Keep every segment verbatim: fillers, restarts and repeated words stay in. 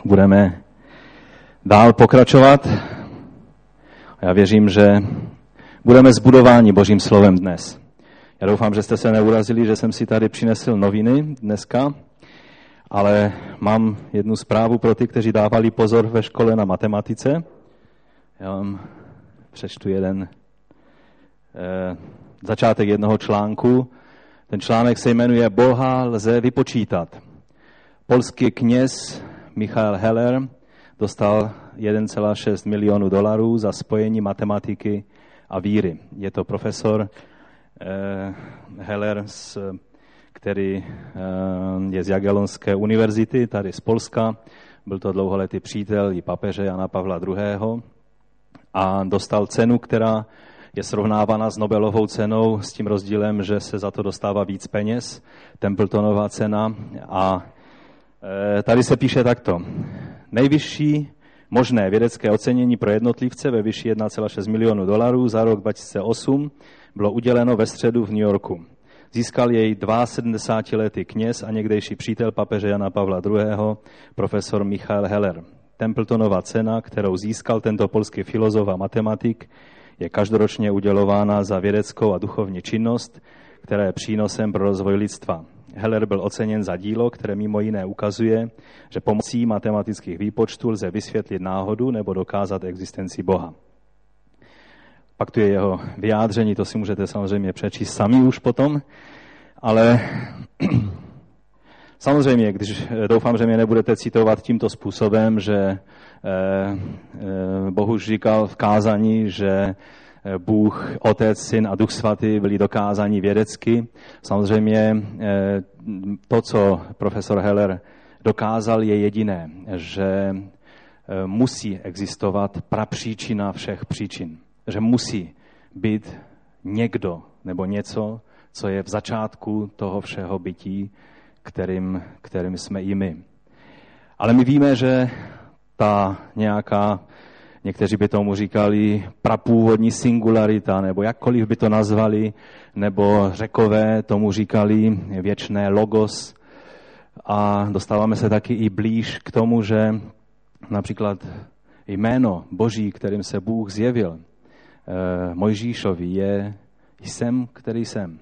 budeme dál pokračovat. Já věřím, že budeme zbudováni Božím slovem dnes. Já doufám, že jste se neurazili, že jsem si tady přinesl noviny dneska, ale mám jednu zprávu pro ty, kteří dávali pozor ve škole na matematice. Já vám přečtu jeden eh, začátek jednoho článku. Ten článek se jmenuje Boha lze vypočítat. Polský kněz Michael Heller dostal jeden celá šest milionu dolarů za spojení matematiky a víry. Je to profesor eh, Heller, z, který eh, je z Jagiellonské univerzity, tady z Polska. Byl to dlouholetý přítel i papeže Jana Pavla druhého. A dostal cenu, která je srovnávána s Nobelovou cenou s tím rozdílem, že se za to dostává víc peněz, Templetonová cena. A e, tady se píše takto. Nejvyšší možné vědecké ocenění pro jednotlivce ve výši jedna celá šest milionu dolarů za rok dva tisíce osm bylo uděleno ve středu v New Yorku. Získal jej sedmdesátidvouletý kněz a někdejší přítel papeže Jana Pavla druhého. profesor Michael Heller. Templetonova cena, kterou získal tento polský filozof a matematik, je každoročně udělována za vědeckou a duchovní činnost, která je přínosem pro rozvoj lidstva. Heller byl oceněn za dílo, které mimo jiné ukazuje, že pomocí matematických výpočtů lze vysvětlit náhodu nebo dokázat existenci Boha. Pak tu je jeho vyjádření, to si můžete samozřejmě přečíst sami už potom, ale samozřejmě, když doufám, že mě nebudete citovat tímto způsobem, že Boh už říkal v kázání, že Bůh, Otec, Syn a Duch Svatý byli dokázáni vědecky. Samozřejmě to, co profesor Heller dokázal, je jediné, že musí existovat prapříčina všech příčin. Že musí být někdo nebo něco, co je v začátku toho všeho bytí, kterým, kterým jsme i my. Ale my víme, že ta nějaká, někteří by tomu říkali prapůvodní singularita, nebo jakkoliv by to nazvali, nebo Řekové tomu říkali věčné logos. A dostáváme se taky i blíž k tomu, že například jméno Boží, kterým se Bůh zjevil eh, Mojžíšovi, je jsem, který jsem.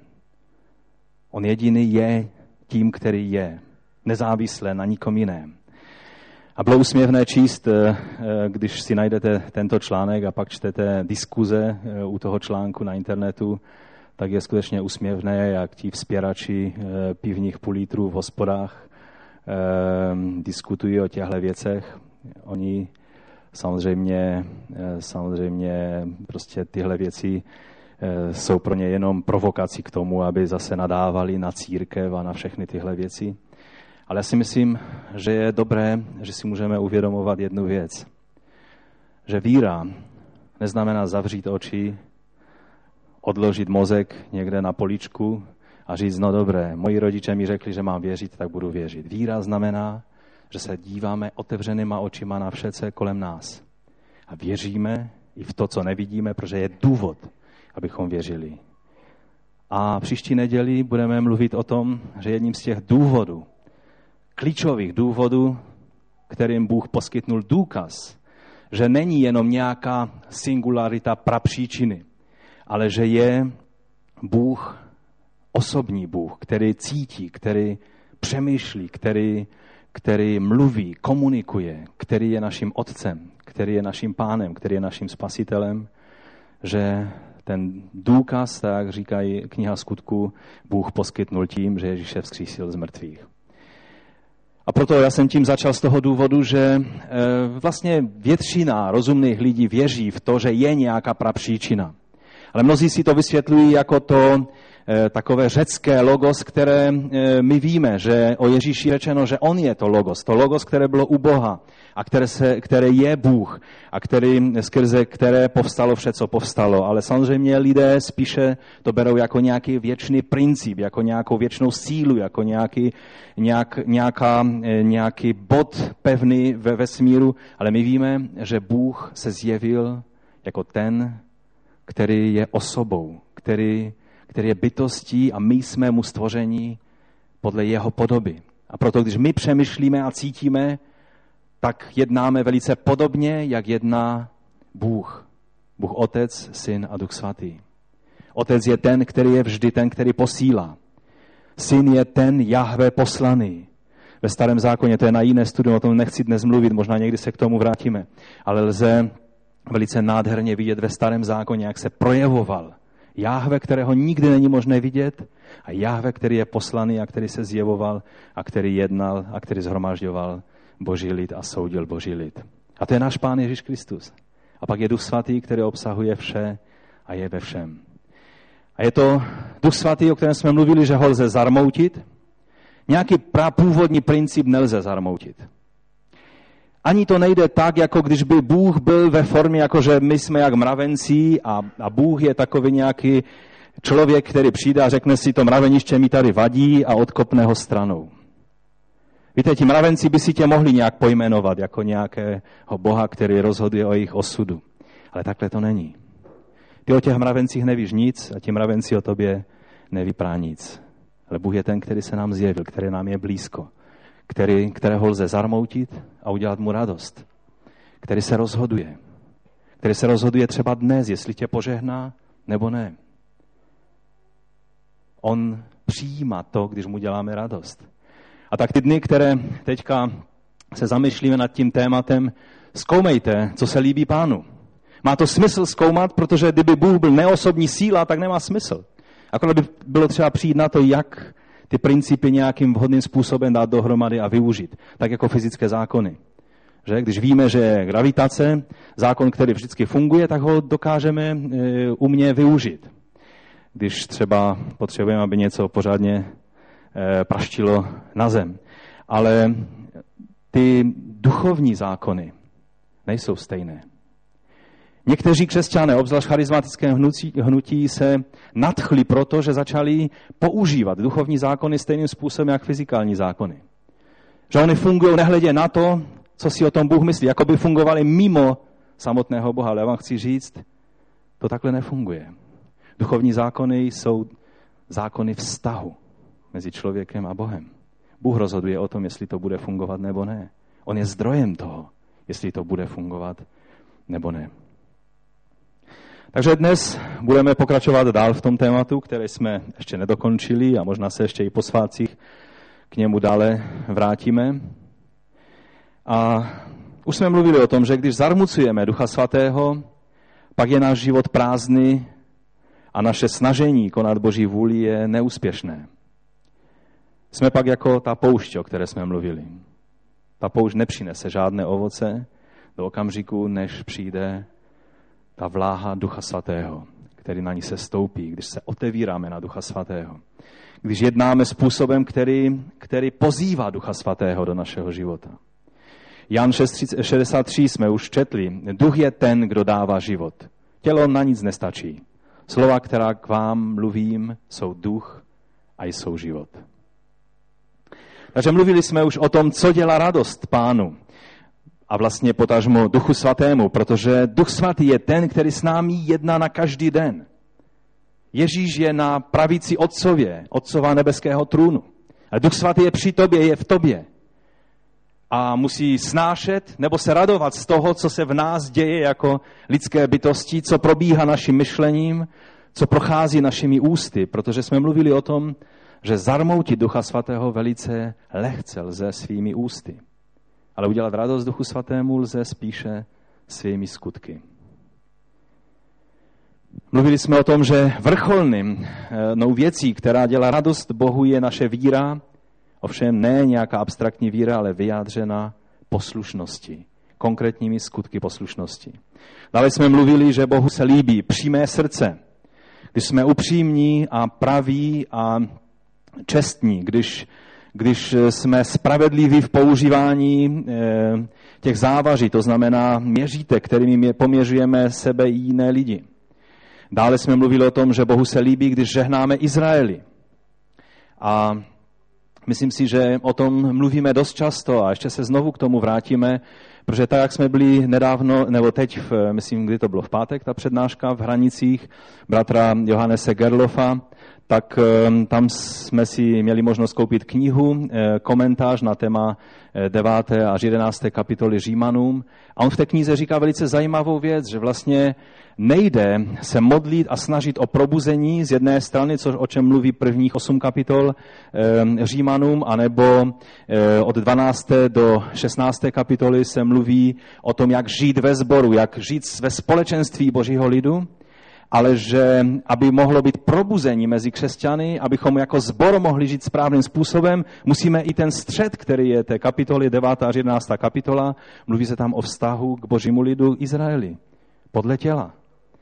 On jediný je tím, který je, nezávisle na nikom jiném. A bylo úsměvné číst, když si najdete tento článek a pak čtete diskuze u toho článku na internetu, tak je skutečně úsměvné, jak ti vzpěrači pivních půl litrů v hospodách diskutují o těchto věcech. Oni samozřejmě, samozřejmě prostě tyhle věci jsou pro ně jenom provokací k tomu, aby zase nadávali na církev a na všechny tyhle věci. Ale já si myslím, že je dobré, že si můžeme uvědomovat jednu věc. Že víra neznamená zavřít oči, odložit mozek někde na poličku a říct, no dobré, moji rodiče mi řekli, že mám věřit, tak budu věřit. Víra znamená, že se díváme otevřenýma očima na vše, co je kolem nás. A věříme i v to, co nevidíme, protože je důvod, abychom věřili. A příští neděli budeme mluvit o tom, že jedním z těch důvodů, klíčových důvodů, kterým Bůh poskytnul důkaz, že není jenom nějaká singularita prapříčiny, ale že je Bůh, osobní Bůh, který cítí, který přemýšlí, který, který mluví, komunikuje, který je naším otcem, který je naším pánem, který je naším spasitelem, že ten důkaz, tak říkají kniha Skutků, Bůh poskytnul tím, že Ježíše vzkřísil z mrtvých. A proto já jsem tím začal z toho důvodu, že vlastně většina rozumných lidí věří v to, že je nějaká prapříčina. Ale mnozí si to vysvětlují jako to takové řecké logos, které my víme, že o Ježíši řečeno, že on je to logos. To logos, které bylo u Boha a které, se, které je Bůh a který, skrze které povstalo vše, co povstalo. Ale samozřejmě lidé spíše to berou jako nějaký věčný princip, jako nějakou věčnou sílu, jako nějaký, nějak, nějaká, nějaký bod pevný ve vesmíru. Ale my víme, že Bůh se zjevil jako ten, který je osobou, který který je bytostí a my jsme mu stvoření podle jeho podoby. A proto, když my přemýšlíme a cítíme, tak jednáme velice podobně, jak jedná Bůh. Bůh Otec, Syn a Duch Svatý. Otec je ten, který je vždy ten, který posílá. Syn je ten Jahve poslaný. Ve Starém zákoně, to je na jiné studium, o tom nechci dnes mluvit, možná někdy se k tomu vrátíme, ale lze velice nádherně vidět ve Starém zákoně, jak se projevoval Jahve, kterého nikdy není možné vidět, a Jahve, který je poslaný a který se zjevoval a který jednal a který zhromažďoval Boží lid a soudil Boží lid. A to je náš Pán Ježíš Kristus. A pak je Duch Svatý, který obsahuje vše a je ve všem. A je to Duch Svatý, o kterém jsme mluvili, že ho lze zarmoutit. Nějaký prapůvodní princip nelze zarmoutit. Ani to nejde tak, jako když by Bůh byl ve formě, jako že my jsme jak mravenci a, a Bůh je takový nějaký člověk, který přijde a řekne si, to mraveniště mi tady vadí a odkopne ho stranou. Víte, ti mravenci by si tě mohli nějak pojmenovat jako nějakého boha, který rozhoduje o jejich osudu. Ale takhle to není. Ty o těch mravencích nevíš nic a ti mravenci o tobě nevyprá nic. Ale Bůh je ten, který se nám zjevil, který nám je blízko, který, kterého lze zarmoutit a udělat mu radost, který se rozhoduje, který se rozhoduje třeba dnes, jestli tě požehná nebo ne. On přijímá to, když mu děláme radost. A tak ty dny, které teďka se zamýšlíme nad tím tématem, zkoumejte, co se líbí Pánu. Má to smysl zkoumat, protože kdyby Bůh byl neosobní síla, tak nemá smysl. Akorát by bylo třeba přijít na to, jak ty principy nějakým vhodným způsobem dát dohromady a využít. Tak jako fyzické zákony. Že? Když víme, že je gravitace, zákon, který vždycky funguje, tak ho dokážeme e, umě využít. Když třeba potřebujeme, aby něco pořádně e, praštilo na zem. Ale ty duchovní zákony nejsou stejné. Někteří křesťané, obzvlášť charismatické hnutí, hnutí, se nadchli proto, že začali používat duchovní zákony stejným způsobem, jak fyzikální zákony. Že oni fungují nehledě na to, co si o tom Bůh myslí, jako by fungovali mimo samotného Boha. Ale já vám chci říct, to takhle nefunguje. Duchovní zákony jsou zákony vztahu mezi člověkem a Bohem. Bůh rozhoduje o tom, jestli to bude fungovat nebo ne. On je zdrojem toho, jestli to bude fungovat nebo ne. Takže dnes budeme pokračovat dál v tom tématu, které jsme ještě nedokončili a možná se ještě i po svátcích k němu dále vrátíme. A už jsme mluvili o tom, že když zarmucujeme Ducha Svatého, pak je náš život prázdný a naše snažení konat Boží vůli je neúspěšné. Jsme pak jako ta poušť, o které jsme mluvili. Ta poušť nepřinese žádné ovoce do okamžiku, než přijde ta vláha Ducha Svatého, který na ní se stoupí, když se otevíráme na Ducha Svatého. Když jednáme způsobem, který, který pozývá Ducha Svatého do našeho života. Jan šest šedesát tři jsme už četli. Duch je ten, kdo dává život. Tělo na nic nestačí. Slova, která k vám mluvím, jsou duch a jsou život. Takže mluvili jsme už o tom, co dělá radost Pánu. A vlastně potažmo Duchu Svatému, protože Duch Svatý je ten, který s námi jedná na každý den. Ježíš je na pravici Otcově, Otcova nebeského trůnu. A Duch Svatý je při tobě, je v tobě. A musí snášet nebo se radovat z toho, co se v nás děje jako lidské bytosti, co probíhá naším myšlením, co prochází našimi ústy. Protože jsme mluvili o tom, že zarmoutit Ducha Svatého velice lehce lze svými ústy. Ale udělat radost Duchu Svatému lze spíše svými skutky. Mluvili jsme o tom, že vrcholným nou věcí, která dělá radost Bohu, je naše víra, ovšem ne nějaká abstraktní víra, ale vyjádřena poslušnosti, konkrétními skutky poslušnosti. Dále jsme mluvili, že Bohu se líbí přímé srdce, když jsme upřímní a praví a čestní, když Když jsme spravedliví v používání těch závaží, to znamená měřítek, kterými poměřujeme sebe i jiné lidi. Dále jsme mluvili o tom, že Bohu se líbí, když žehnáme Izraeli. A myslím si, že o tom mluvíme dost často a ještě se znovu k tomu vrátíme, protože tak, jak jsme byli nedávno, nebo teď, v, myslím, kdy to bylo v pátek, ta přednáška v Hranicích bratra Johannese Gerlofa, tak tam jsme si měli možnost koupit knihu, komentář na téma deváté až jedenácté kapitoly Římanům. A on v té knize říká velice zajímavou věc, že vlastně nejde se modlit a snažit o probuzení z jedné strany, což o čem mluví prvních osm kapitol Římanům, anebo od dvanácté do šestnácté kapitoly se mluví o tom, jak žít ve sboru, jak žít ve společenství Božího lidu, ale že aby mohlo být probuzení mezi křesťany, abychom jako sbor mohli žít správným způsobem, musíme i ten střed, který je té kapitoly devátá až jedenáctá kapitola, mluví se tam o vztahu k Božímu lidu Izraeli, podle těla.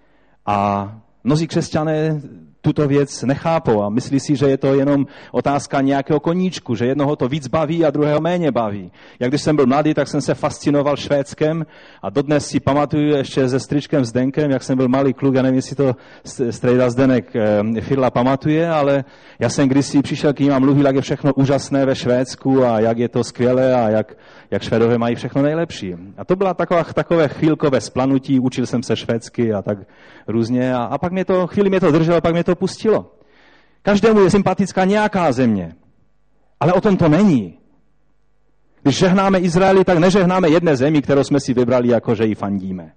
A mnozí křesťané tuto věc nechápou a myslí si, že je to jenom otázka nějakého koníčku, že jednoho to víc baví a druhého méně baví. Jak když jsem byl mladý, tak jsem se fascinoval Švédskem a dodnes si pamatuju ještě se stričkem Zdenkem, jak jsem byl malý kluk, já nevím, jestli to strejda Zdenek Fidla pamatuje, ale já jsem kdysi přišel k ním a mluvil, jak je všechno úžasné ve Švédsku a jak je to skvělé a jak, jak Švédové mají všechno nejlepší. A to byla taková, takové chvílkové splanutí, učil jsem se švédsky a tak různě a, a pak mě to, chvíli mě to drželo, pak mě to pustilo. Každému je sympatická nějaká země, ale o tom to není. Když žehnáme Izraeli, tak nežehnáme jedné zemi, kterou jsme si vybrali, jako že ji fandíme.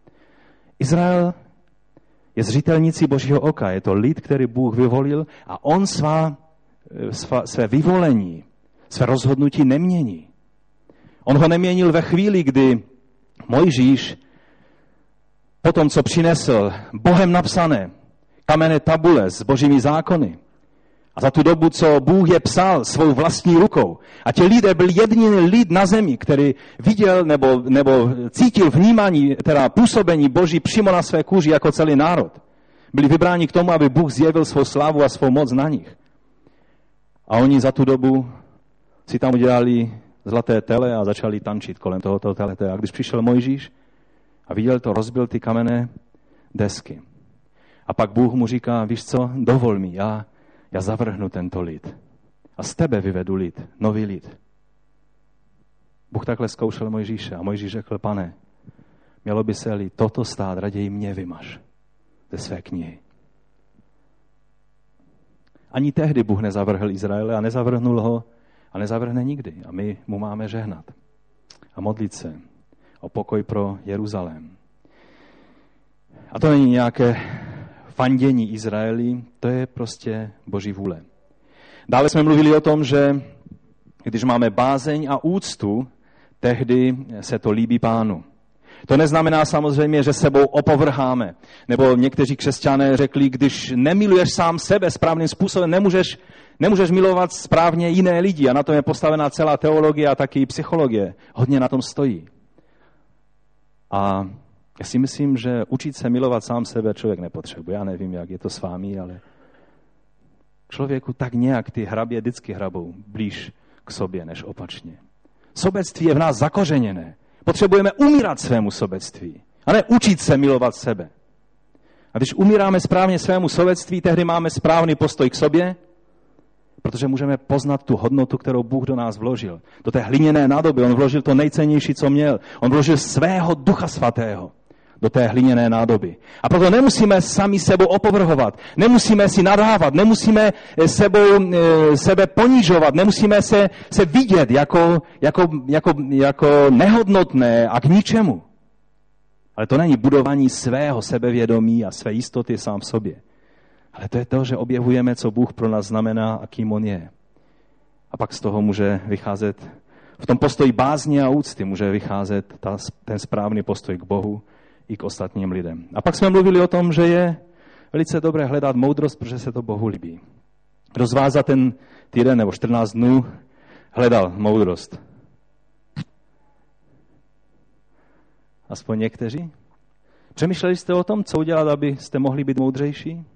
Izrael je zřitelnicí Božího oka, je to lid, který Bůh vyvolil a on svá, svá, své vyvolení, své rozhodnutí nemění. On ho neměnil ve chvíli, kdy Mojžíš po tom, co přinesl Bohem napsané kamenné tabule s božími zákony. A za tu dobu, co Bůh je psal svou vlastní rukou. A ti lidé byl jediný lid na zemi, který viděl nebo, nebo cítil vnímání, teda působení Boží přímo na své kůži jako celý národ. Byli vybráni k tomu, aby Bůh zjevil svou slávu a svou moc na nich. A oni za tu dobu si tam udělali zlaté tele a začali tančit kolem tohoto telete. A když přišel Mojžíš a viděl to, rozbil ty kamenné desky. A pak Bůh mu říká, víš co, dovol mi, já, já zavrhnu tento lid. A z tebe vyvedu lid, nový lid. Bůh takhle zkoušel Mojžíše a Mojžíš řekl, pane, mělo by se-li toto stát, raději mě vymaž ze své knihy. Ani tehdy Bůh nezavrhl Izraele a nezavrhnul ho a nezavrhne nikdy. A my mu máme žehnat a modlit se o pokoj pro Jeruzalém. A to není nějaké fandění Izraeli, to je prostě Boží vůle. Dále jsme mluvili o tom, že když máme bázeň a úctu, tehdy se to líbí Pánu. To neznamená samozřejmě, že sebou opovrháme. Nebo někteří křesťané řekli, když nemiluješ sám sebe správným způsobem, nemůžeš, nemůžeš milovat správně jiné lidi. A na tom je postavená celá teologie a taky psychologie. Hodně na tom stojí. A já si myslím, že učit se milovat sám sebe člověk nepotřebuje. Já nevím, jak je to s vámi, ale člověku tak nějak ty hrabě vždycky hrabou blíž k sobě, než opačně. Sobectví je v nás zakořeněné. Potřebujeme umírat svému sobectví, a ne učit se milovat sebe. A když umíráme správně svému sobectví, tehdy máme správný postoj k sobě, protože můžeme poznat tu hodnotu, kterou Bůh do nás vložil. Do té hliněné nádoby on vložil to nejcennější, co měl. On vložil svého Ducha Svatého do té hliněné nádoby. A proto nemusíme sami sebou opovrhovat, nemusíme si nadávat, nemusíme sebou, sebe ponižovat, nemusíme se, se vidět jako, jako, jako, jako nehodnotné a k ničemu. Ale to není budování svého sebevědomí a své jistoty sám v sobě. Ale to je to, že objevujeme, co Bůh pro nás znamená a kým on je. A pak z toho může vycházet, v tom postoji bázně a úcty může vycházet ta, ten správný postoj k Bohu i k ostatním lidem. A pak jsme mluvili o tom, že je velice dobré hledat moudrost, protože se to Bohu líbí. Kdo z vás za ten týden nebo čtrnáct dnů hledal moudrost? Aspoň někteří? Přemýšleli jste o tom, co udělat, abyste mohli být moudřejší?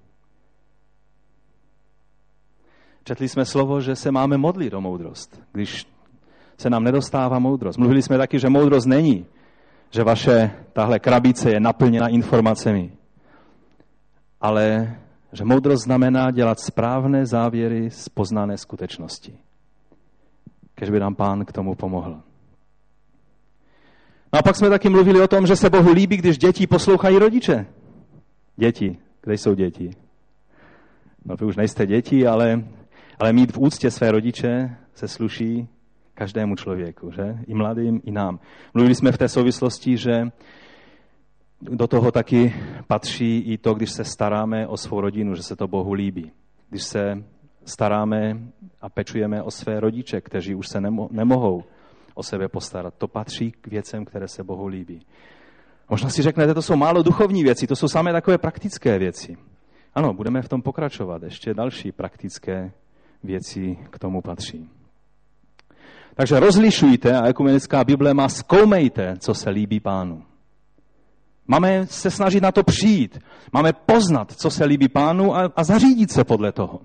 Četli jsme slovo, že se máme modlit o moudrost, když se nám nedostává moudrost. Mluvili jsme taky, že moudrost není, že vaše tahle krabice je naplněna informacemi, ale že moudrost znamená dělat správné závěry z poznané skutečnosti. Kež by nám Pán k tomu pomohl. No a pak jsme taky mluvili o tom, že se Bohu líbí, když děti poslouchají rodiče. Děti, kde jsou děti? No vy už nejste děti, ale, ale mít v úctě své rodiče se sluší každému člověku, že? I mladým, i nám. Mluvili jsme v té souvislosti, že do toho taky patří i to, když se staráme o svou rodinu, že se to Bohu líbí. Když se staráme a pečujeme o své rodiče, kteří už se nemo- nemohou o sebe postarat. To patří k věcem, které se Bohu líbí. Možná si řeknete, to jsou málo duchovní věci, to jsou samé takové praktické věci. Ano, budeme v tom pokračovat. Ještě další praktické věci k tomu patří. Takže rozlišujte, a ekumenická Bible má, zkoumejte, co se líbí Pánu. Máme se snažit na to přijít. Máme poznat, co se líbí Pánu a, a zařídit se podle toho.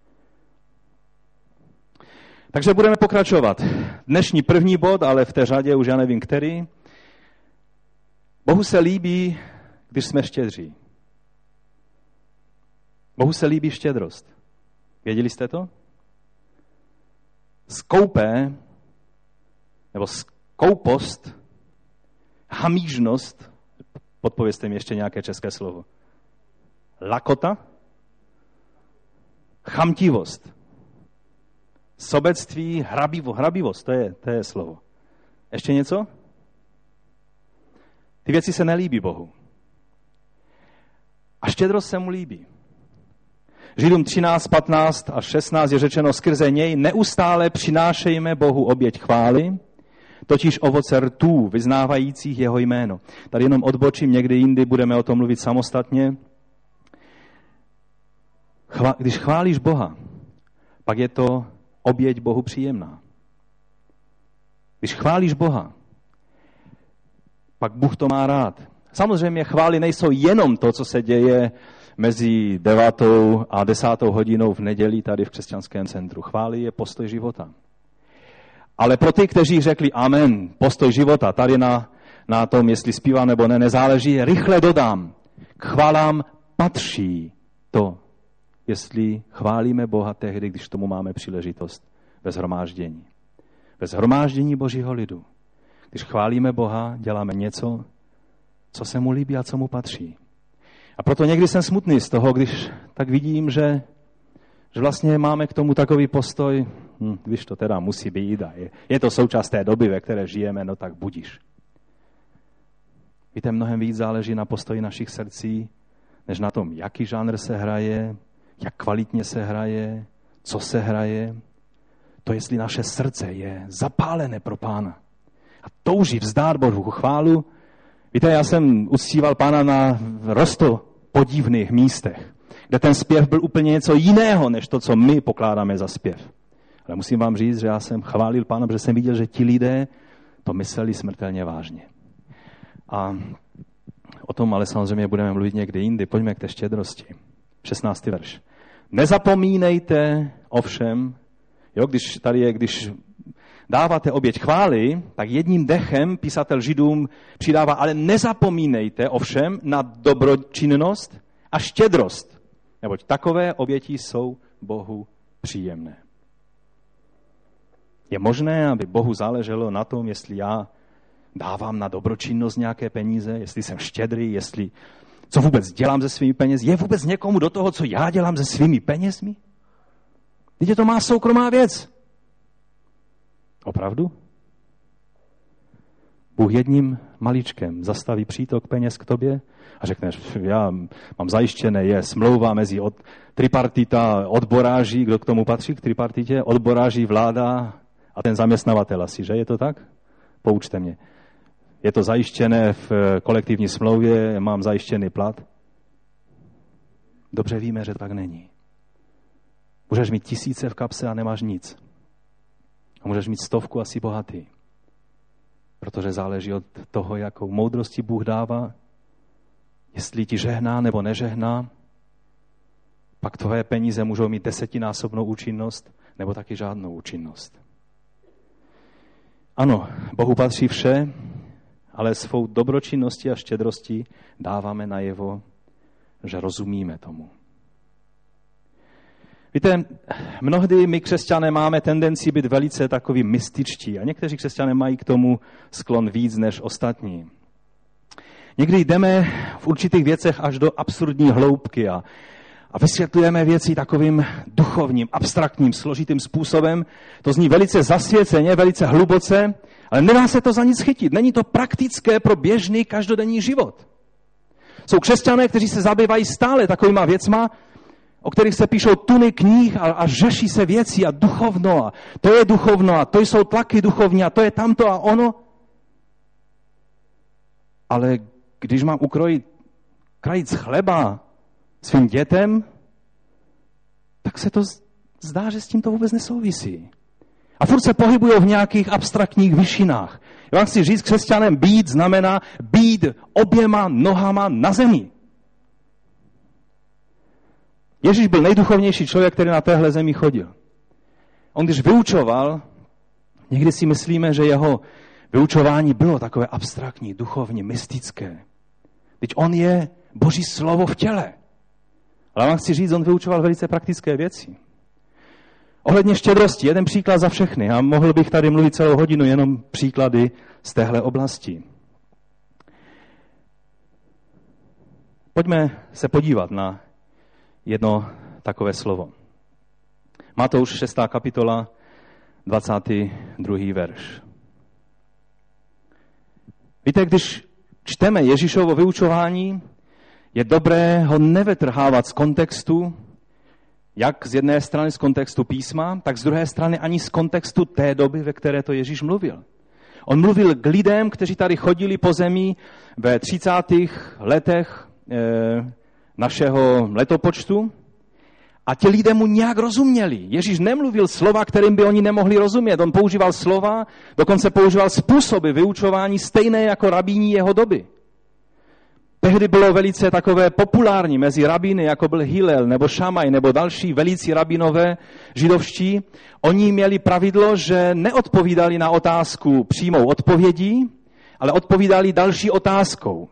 Takže budeme pokračovat. Dnešní první bod, ale v té řadě už já nevím který. Bohu se líbí, když jsme štědří. Bohu se líbí štědrost. Věděli jste to? Skoupé, nebo skoupost, hamížnost, podpovězte mi ještě nějaké české slovo. Lakota, chamtivost, sobectví, hrabivo, hrabivost, to je, to je slovo. Ještě něco? Ty věci se nelíbí Bohu. A štědrost se mu líbí. Židům třináct, patnáct a šestnáct je řečeno, skrze něj neustále přinášejme Bohu oběť chvály, totiž ovoce rtů, vyznávajících jeho jméno. Tady jenom odbočím, někdy jindy budeme o tom mluvit samostatně. Chva, když chválíš Boha, pak je to oběť Bohu příjemná. Když chválíš Boha, pak Bůh to má rád. Samozřejmě chvály nejsou jenom to, co se děje mezi devátou a desátou hodinou v neděli tady v křesťanském centru. Chvály je postoj života. Ale pro ty, kteří řekli amen, postoj života, tady na, na tom, jestli zpívám nebo ne, nezáleží, rychle dodám. K chválám patří to, jestli chválíme Boha tehdy, když tomu máme příležitost ve shromáždění. Ve shromáždění Božího lidu. Když chválíme Boha, děláme něco, co se mu líbí a co mu patří. A proto někdy jsem smutný z toho, když tak vidím, že, že vlastně máme k tomu takový postoj, hm, když to teda musí být a je, je to součást té doby, ve které žijeme, no tak budiš. Víte, mnohem víc záleží na postoji našich srdcí, než na tom, jaký žánr se hraje, jak kvalitně se hraje, co se hraje. To, jestli naše srdce je zapálené pro Pána a touží vzdát Bohu chválu. Víte, já jsem uctíval Pána na rosto podivných místech, kde ten zpěv byl úplně něco jiného, než to, co my pokládáme za zpěv. Ale musím vám říct, že já jsem chválil Pána, protože jsem viděl, že ti lidé to mysleli smrtelně vážně. A o tom ale samozřejmě budeme mluvit někdy jindy. Pojďme k té štědrosti. šestnáctý verš. Nezapomínejte ovšem, jo, když tady je, když dáváte oběť chvály, tak jedním dechem písatel Židům přidává, ale nezapomínejte ovšem na dobročinnost a štědrost, neboť takové oběti jsou Bohu příjemné. Je možné, aby Bohu záleželo na tom, jestli já dávám na dobročinnost nějaké peníze, jestli jsem štědrý, jestli co vůbec dělám se svými penězi. Je vůbec někomu do toho, co já dělám se svými penězmi? Víte, to má soukromá věc. Opravdu? Bůh jedním maličkem zastaví přítok peněz k tobě a řekneš, já mám zajištěné, je smlouva mezi od, tripartita, odboráží, kdo k tomu patří, k tripartitě, odboráží, vláda a ten zaměstnavatel asi, že je to tak? Poučte mě. Je to zajištěné v kolektivní smlouvě, mám zajištěný plat? Dobře víme, že to tak není. Můžeš mít tisíce v kapse a nemáš nic. A můžeš mít stovku a jsi bohatý. Protože záleží od toho, jakou moudrosti Bůh dává, jestli ti žehná nebo nežehná, pak tvoje peníze můžou mít desetinásobnou účinnost nebo taky žádnou účinnost. Ano, Bohu patří vše, ale svou dobročinností a štědrostí dáváme najevo, že rozumíme tomu. Víte, mnohdy my křesťané máme tendenci být velice takový mystičtí a někteří křesťané mají k tomu sklon víc než ostatní. Někdy jdeme v určitých věcech až do absurdní hloubky a, a vysvětlujeme věci takovým duchovním, abstraktním, složitým způsobem. To zní velice zasvěceně, velice hluboce, ale nedá se to za nic chytit. Není to praktické pro běžný každodenní život. Jsou křesťané, kteří se zabývají stále takovýma věcma, o kterých se píšou tuny knih a, a řeší se věci a duchovno a to je duchovno a to jsou tlaky duchovní a to je tamto a ono. Ale když mám ukrojit krajíc chleba svým dětem, tak se to zdá, že s tím to vůbec nesouvisí. A furt se pohybují v nějakých abstraktních výšinách. Já vám chci říct, křesťanem být znamená být oběma nohama na zemi. Ježíš byl nejduchovnější člověk, který na téhle zemi chodil. On když vyučoval, někdy si myslíme, že jeho vyučování bylo takové abstraktní, duchovní, mystické. Teď on je Boží slovo v těle. Ale vám chci říct, on vyučoval velice praktické věci. Ohledně štědrosti, jeden příklad za všechny. A mohl bych tady mluvit celou hodinu jenom příklady z téhle oblasti. Pojďme se podívat na jedno takové slovo. Matouš šestá kapitola, dvacátý druhý verš. Víte, když čteme Ježíšovo vyučování, je dobré ho nevytrhávat z kontextu, jak z jedné strany z kontextu písma, tak z druhé strany ani z kontextu té doby, ve které to Ježíš mluvil. On mluvil k lidem, kteří tady chodili po zemi ve třicátých letech e, našeho letopočtu a ti lidé mu nějak rozuměli. Ježíš nemluvil slova, kterým by oni nemohli rozumět. On používal slova, dokonce používal způsoby vyučování stejné jako rabíni jeho doby. Tehdy bylo velice takové populární mezi rabíny, jako byl Hillel nebo Šamaj nebo další velící rabinové židovští. Oni měli pravidlo, že neodpovídali na otázku přímou odpovědí, ale odpovídali další otázkou.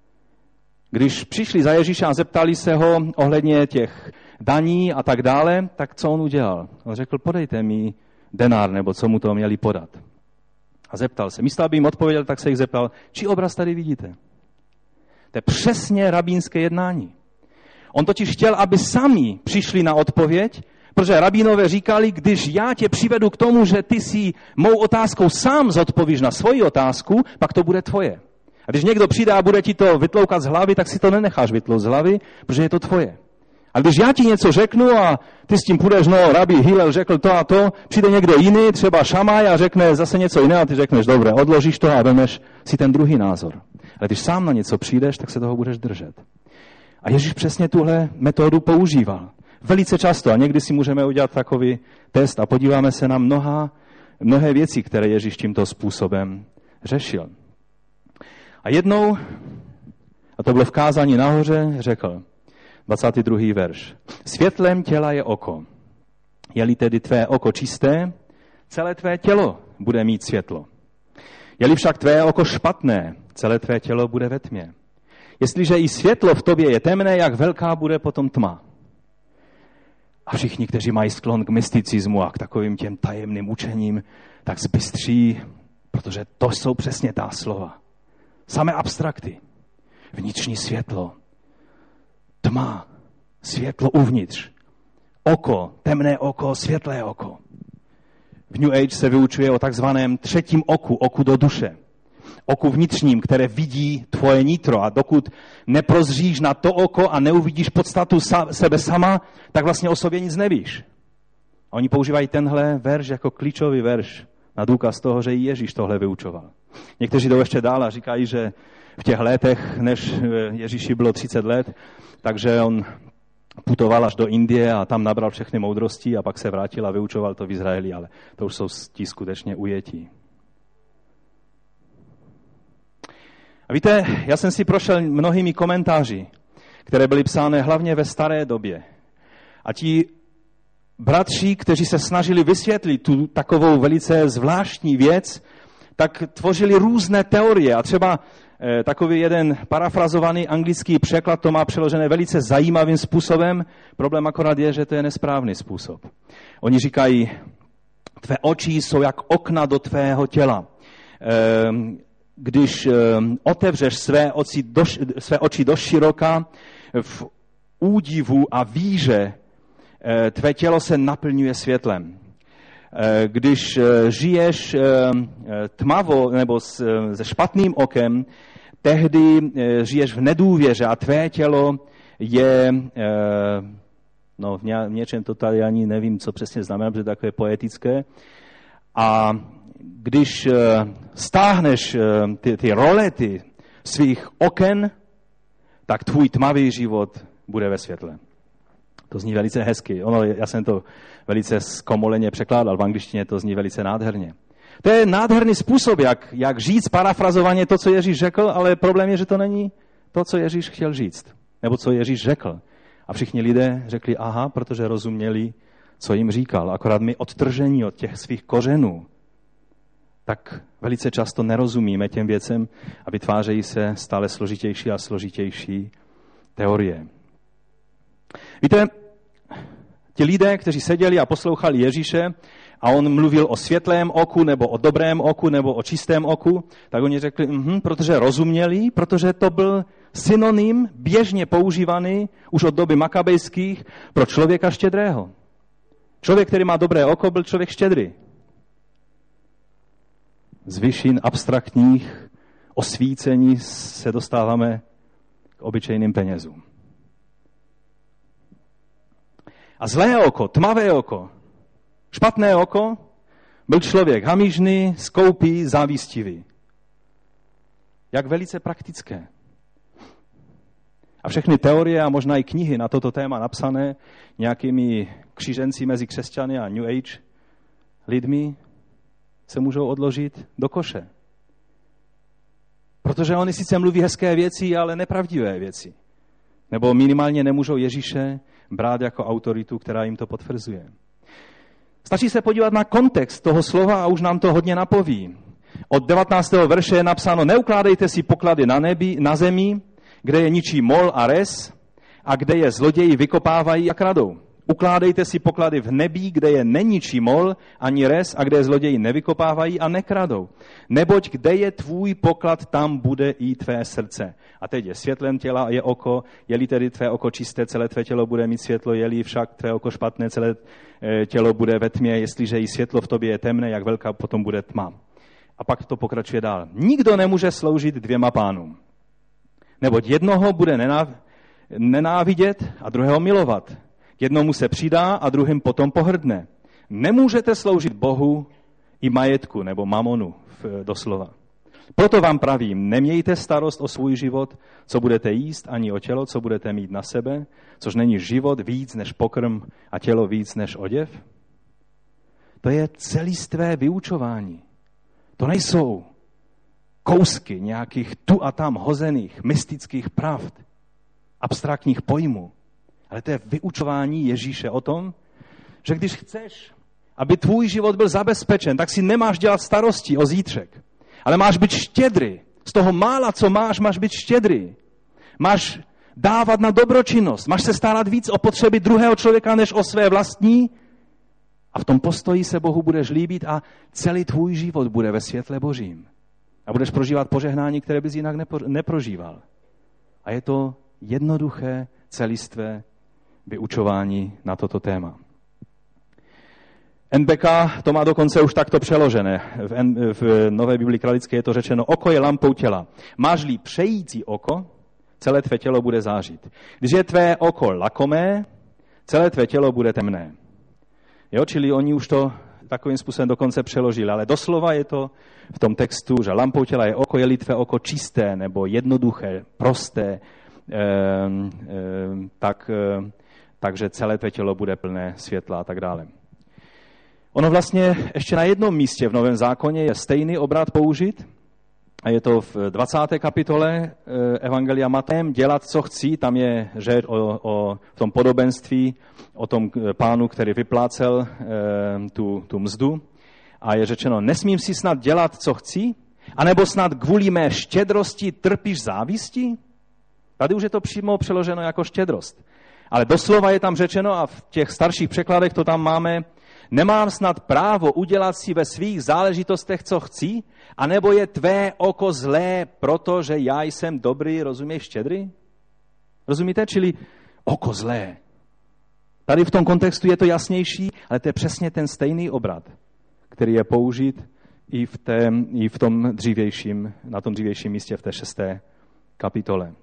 Když přišli za Ježíša a zeptali se ho ohledně těch daní a tak dále, tak co on udělal? On řekl, podejte mi denár, nebo co mu to měli podat. A zeptal se. Místo, aby jim odpověděl, tak se jich zeptal, čí obraz tady vidíte? To je přesně rabínské jednání. On totiž chtěl, aby sami přišli na odpověď, protože rabínové říkali, když já tě přivedu k tomu, že ty si mou otázkou sám zodpovíš na svoji otázku, pak to bude tvoje. A když někdo přijde a bude ti to vytloukat z hlavy, tak si to nenecháš vytlout z hlavy, protože je to tvoje. A když já ti něco řeknu a ty s tím půjdeš, no, rabí Hillel řekl to a to, přijde někdo jiný, třeba Šamaj a řekne zase něco jiného a ty řekneš, dobré, odložíš to a vemeš si ten druhý názor. Ale když sám na něco přijdeš, tak se toho budeš držet. A Ježíš přesně tuhle metodu používal. Velice často. A někdy si můžeme udělat takový test a podíváme se na mnoha, mnohé věci, které Ježíš tímto způsobem řešil. A jednou, a to bylo v kázání nahoře, řekl, dvacátý druhý verš. Světlem těla je oko. Je-li tedy tvé oko čisté, celé tvé tělo bude mít světlo. Je-li však tvé oko špatné, celé tvé tělo bude ve tmě. Jestliže i světlo v tobě je temné, jak velká bude potom tma. A všichni, kteří mají sklon k mysticismu a k takovým těm tajemným učením, tak zbystří, protože to jsou přesně ta slova. Samé abstrakty. Vnitřní světlo. Tma. Světlo uvnitř. Oko. Temné oko, světlé oko. V New Age se vyučuje o takzvaném třetím oku, oku do duše. Oku vnitřním, které vidí tvoje nitro. A dokud neprozříš na to oko a neuvidíš podstatu sebe sama, tak vlastně o sobě nic nevíš. A oni používají tenhle verš jako klíčový verš na důkaz toho, že i Ježíš tohle vyučoval. Někteří jdou ještě dál a říkají, že v těch letech, než Ježíši bylo třicet let, takže on putoval až do Indie a tam nabral všechny moudrosti a pak se vrátil a vyučoval to v Izraeli, ale to už jsou ti skutečně ujetí. A víte, já jsem si prošel mnohými komentáři, které byly psány hlavně ve staré době. A ti bratři, kteří se snažili vysvětlit tu takovou velice zvláštní věc, tak tvořili různé teorie. A třeba eh, takový jeden parafrazovaný anglický překlad to má přeložené velice zajímavým způsobem. Problém akorát je, že to je nesprávný způsob. Oni říkají, tvé oči jsou jak okna do tvého těla. Eh, když eh, otevřeš své oči, do, své oči do široka v údivu a víře tvé tělo se naplňuje světlem. Když žiješ tmavo nebo se špatným okem, tehdy žiješ v nedůvěře a tvé tělo je, no v něčem to tady ani nevím, co přesně znamená, protože to je takové poetické. A když stáhneš ty, ty rolety svých oken, tak tvůj tmavý život bude ve světle. To zní velice hezky. Ono, já jsem to velice zkomoleně překládal, v angličtině to zní velice nádherně. To je nádherný způsob, jak, jak říct parafrazovaně to, co Ježíš řekl, ale problém je, že to není to, co Ježíš chtěl říct. Nebo co Ježíš řekl. A všichni lidé řekli aha, protože rozuměli, co jim říkal. Akorát my odtržení od těch svých kořenů, tak velice často nerozumíme těm věcem a vytvářejí se stále složitější a složitější teorie. Víte, ti lidé, kteří seděli a poslouchali Ježíše a on mluvil o světlém oku nebo o dobrém oku nebo o čistém oku, tak oni řekli, mhm, protože rozuměli, protože to byl synonym běžně používaný už od doby makabejských pro člověka štědrého. Člověk, který má dobré oko, byl člověk štědrý. Z vyšin abstraktních osvícení se dostáváme k obyčejným penězům. A zlé oko, tmavé oko, špatné oko, byl člověk hamižný, skoupý, závistivý. Jak velice praktické. A všechny teorie a možná i knihy na toto téma napsané nějakými kříženci mezi křesťany a New Age lidmi se můžou odložit do koše. Protože oni sice mluví hezké věci, ale nepravdivé věci. Nebo minimálně nemůžou Ježíše brát jako autoritu, která jim to potvrzuje. Stačí se podívat na kontext toho slova a už nám to hodně napoví. Od devatenáctého verše je napsáno, neukládejte si poklady na nebi, na zemi, kde je ničí mol a res a kde je zloději vykopávají a kradou. Ukládejte si poklady v nebi, kde je neničí mol ani res a kde je zloději nevykopávají a nekradou. Neboť kde je tvůj poklad, tam bude i tvé srdce. A teď je světlem těla, je oko, je-li tedy tvé oko čisté, celé tvé tělo bude mít světlo, je-li však tvé oko špatné, celé tělo bude ve tmě, jestliže i světlo v tobě je temné, jak velká potom bude tma. A pak to pokračuje dál. Nikdo nemůže sloužit dvěma pánům. Neboť jednoho bude nenávidět a druhého milovat. Jednomu se přidá a druhým potom pohrdne. Nemůžete sloužit Bohu i majetku nebo mamonu doslova. Proto vám pravím, nemějte starost o svůj život, co budete jíst, ani o tělo, co budete mít na sebe, což není život víc než pokrm a tělo víc než oděv. To je celistvé vyučování. To nejsou kousky nějakých tu a tam hozených mystických pravd, abstraktních pojmů. Ale to je vyučování Ježíše o tom, že když chceš, aby tvůj život byl zabezpečen, tak si nemáš dělat starosti o zítřek. Ale máš být štědrý. Z toho mála, co máš, máš být štědrý. Máš dávat na dobročinnost. Máš se starat víc o potřeby druhého člověka, než o své vlastní. A v tom postoji se Bohu budeš líbit a celý tvůj život bude ve světle Božím. A budeš prožívat požehnání, které bys jinak nepo, neprožíval. A je to jednoduché, celistvé vyučování na toto téma. N B K to má dokonce už takto přeložené. V, N, v Nové Biblii kralické je to řečeno, oko je lampou těla. Máš-li přející oko, celé tvé tělo bude zářit. Když je tvé oko lakomé, celé tvé tělo bude temné. Jo, čili oni už to takovým způsobem dokonce přeložili, ale doslova je to v tom textu, že lampou těla je oko, je-li tvé oko čisté nebo jednoduché, prosté, eh, eh, tak, eh, takže celé tvé tělo bude plné světla a tak dále. Ono vlastně ještě na jednom místě v Novém zákoně je stejný obrat použit, a je to v dvacáté kapitole Evangelia Matejem, dělat, co chci, tam je řeč o, o v tom podobenství, o tom pánu, který vyplácel e, tu, tu mzdu. A je řečeno, nesmím si snad dělat, co chci, anebo snad kvůli mé štědrosti trpíš závisti? Tady už je to přímo přeloženo jako štědrost. Ale doslova je tam řečeno, a v těch starších překladech to tam máme, nemám snad právo udělat si ve svých záležitostech, co chci, anebo je tvé oko zlé, protože já jsem dobrý, rozumíš, štědrý? Rozumíte? Čili oko zlé. Tady v tom kontextu je to jasnější, ale to je přesně ten stejný obrat, který je použit i v, té, i v tom dřívějším, na tom dřívějším místě v té šesté kapitole.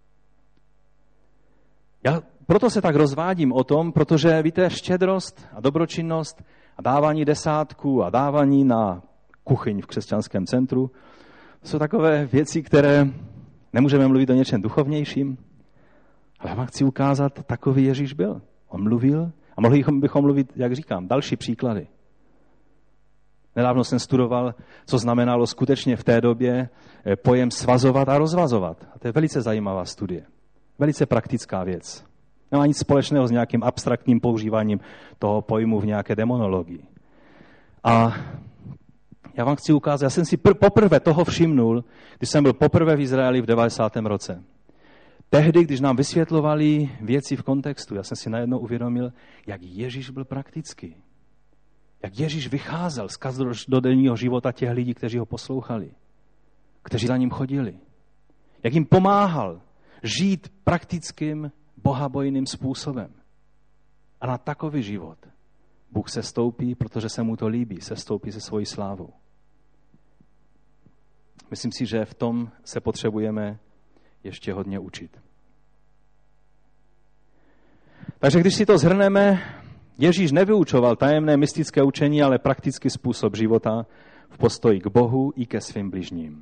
Já proto se tak rozvádím o tom, protože víte, štědrost a dobročinnost a dávání desátků a dávání na kuchyň v křesťanském centru jsou takové věci, které nemůžeme mluvit o něčem duchovnějším, ale já vám chci ukázat, takový Ježíš byl. On mluvil a mohli bychom mluvit, jak říkám, další příklady. Nedávno jsem studoval, co znamenalo skutečně v té době pojem svazovat a rozvazovat. A to je velice zajímavá studie. Velice praktická věc. Nemá nic společného s nějakým abstraktním používáním toho pojmu v nějaké demonologii. A já vám chci ukázat, já jsem si pr- poprvé toho všimnul, když jsem byl poprvé v Izraeli v devadesátém roce. Tehdy, když nám vysvětlovali věci v kontextu, já jsem si najednou uvědomil, jak Ježíš byl praktický. Jak Ježíš vycházel z každodenního života těch lidí, kteří ho poslouchali, kteří za ním chodili. Jak jim pomáhal žít praktickým, bohabojným způsobem. A na takový život Bůh se stoupí, protože se mu to líbí, se stoupí se svojí slávou. Myslím si, že v tom se potřebujeme ještě hodně učit. Takže když si to shrneme, Ježíš nevyučoval tajemné mystické učení, ale praktický způsob života v postoji k Bohu i ke svým bližním.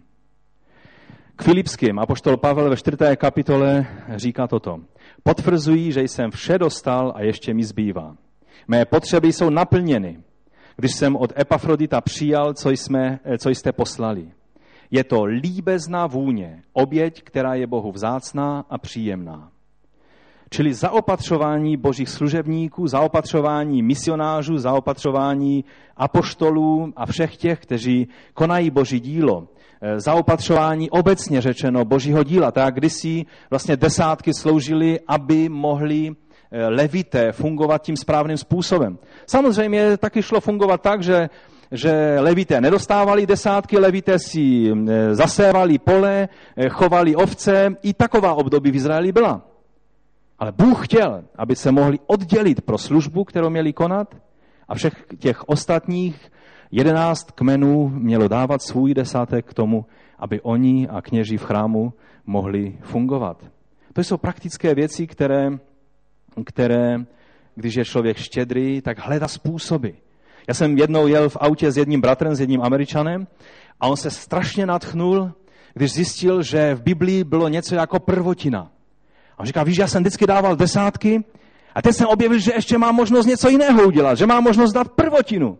K Filipským apoštol Pavel ve čtvrté kapitole říká toto. Potvrzují, že jsem vše dostal a ještě mi zbývá. Mé potřeby jsou naplněny, když jsem od Epafrodita přijal, co, jsme, co jste poslali. Je to líbezná vůně, oběť, která je Bohu vzácná a příjemná. Čili zaopatřování božích služebníků, zaopatřování misionářů, zaopatřování apoštolů a všech těch, kteří konají boží dílo. Zaopatřování obecně řečeno božího díla. Tak kdysi vlastně desátky sloužily, aby mohli levité fungovat tím správným způsobem. Samozřejmě taky šlo fungovat tak, že že levité nedostávali desátky, levité si zasévali pole, chovali ovce. I taková období v Izraeli byla. Ale Bůh chtěl, aby se mohli oddělit pro službu, kterou měli konat, a všech těch ostatních jedenáct kmenů mělo dávat svůj desátek k tomu, aby oni a kněží v chrámu mohli fungovat. To jsou praktické věci, které, které když je člověk štědrý, tak hledá způsoby. Já jsem jednou jel v autě s jedním bratrem, s jedním Američanem a on se strašně nadchnul, když zjistil, že v Biblii bylo něco jako prvotina. A on říká, víš, já jsem vždycky dával desátky a teď jsem objevil, že ještě mám možnost něco jiného udělat, že mám možnost dát prvotinu.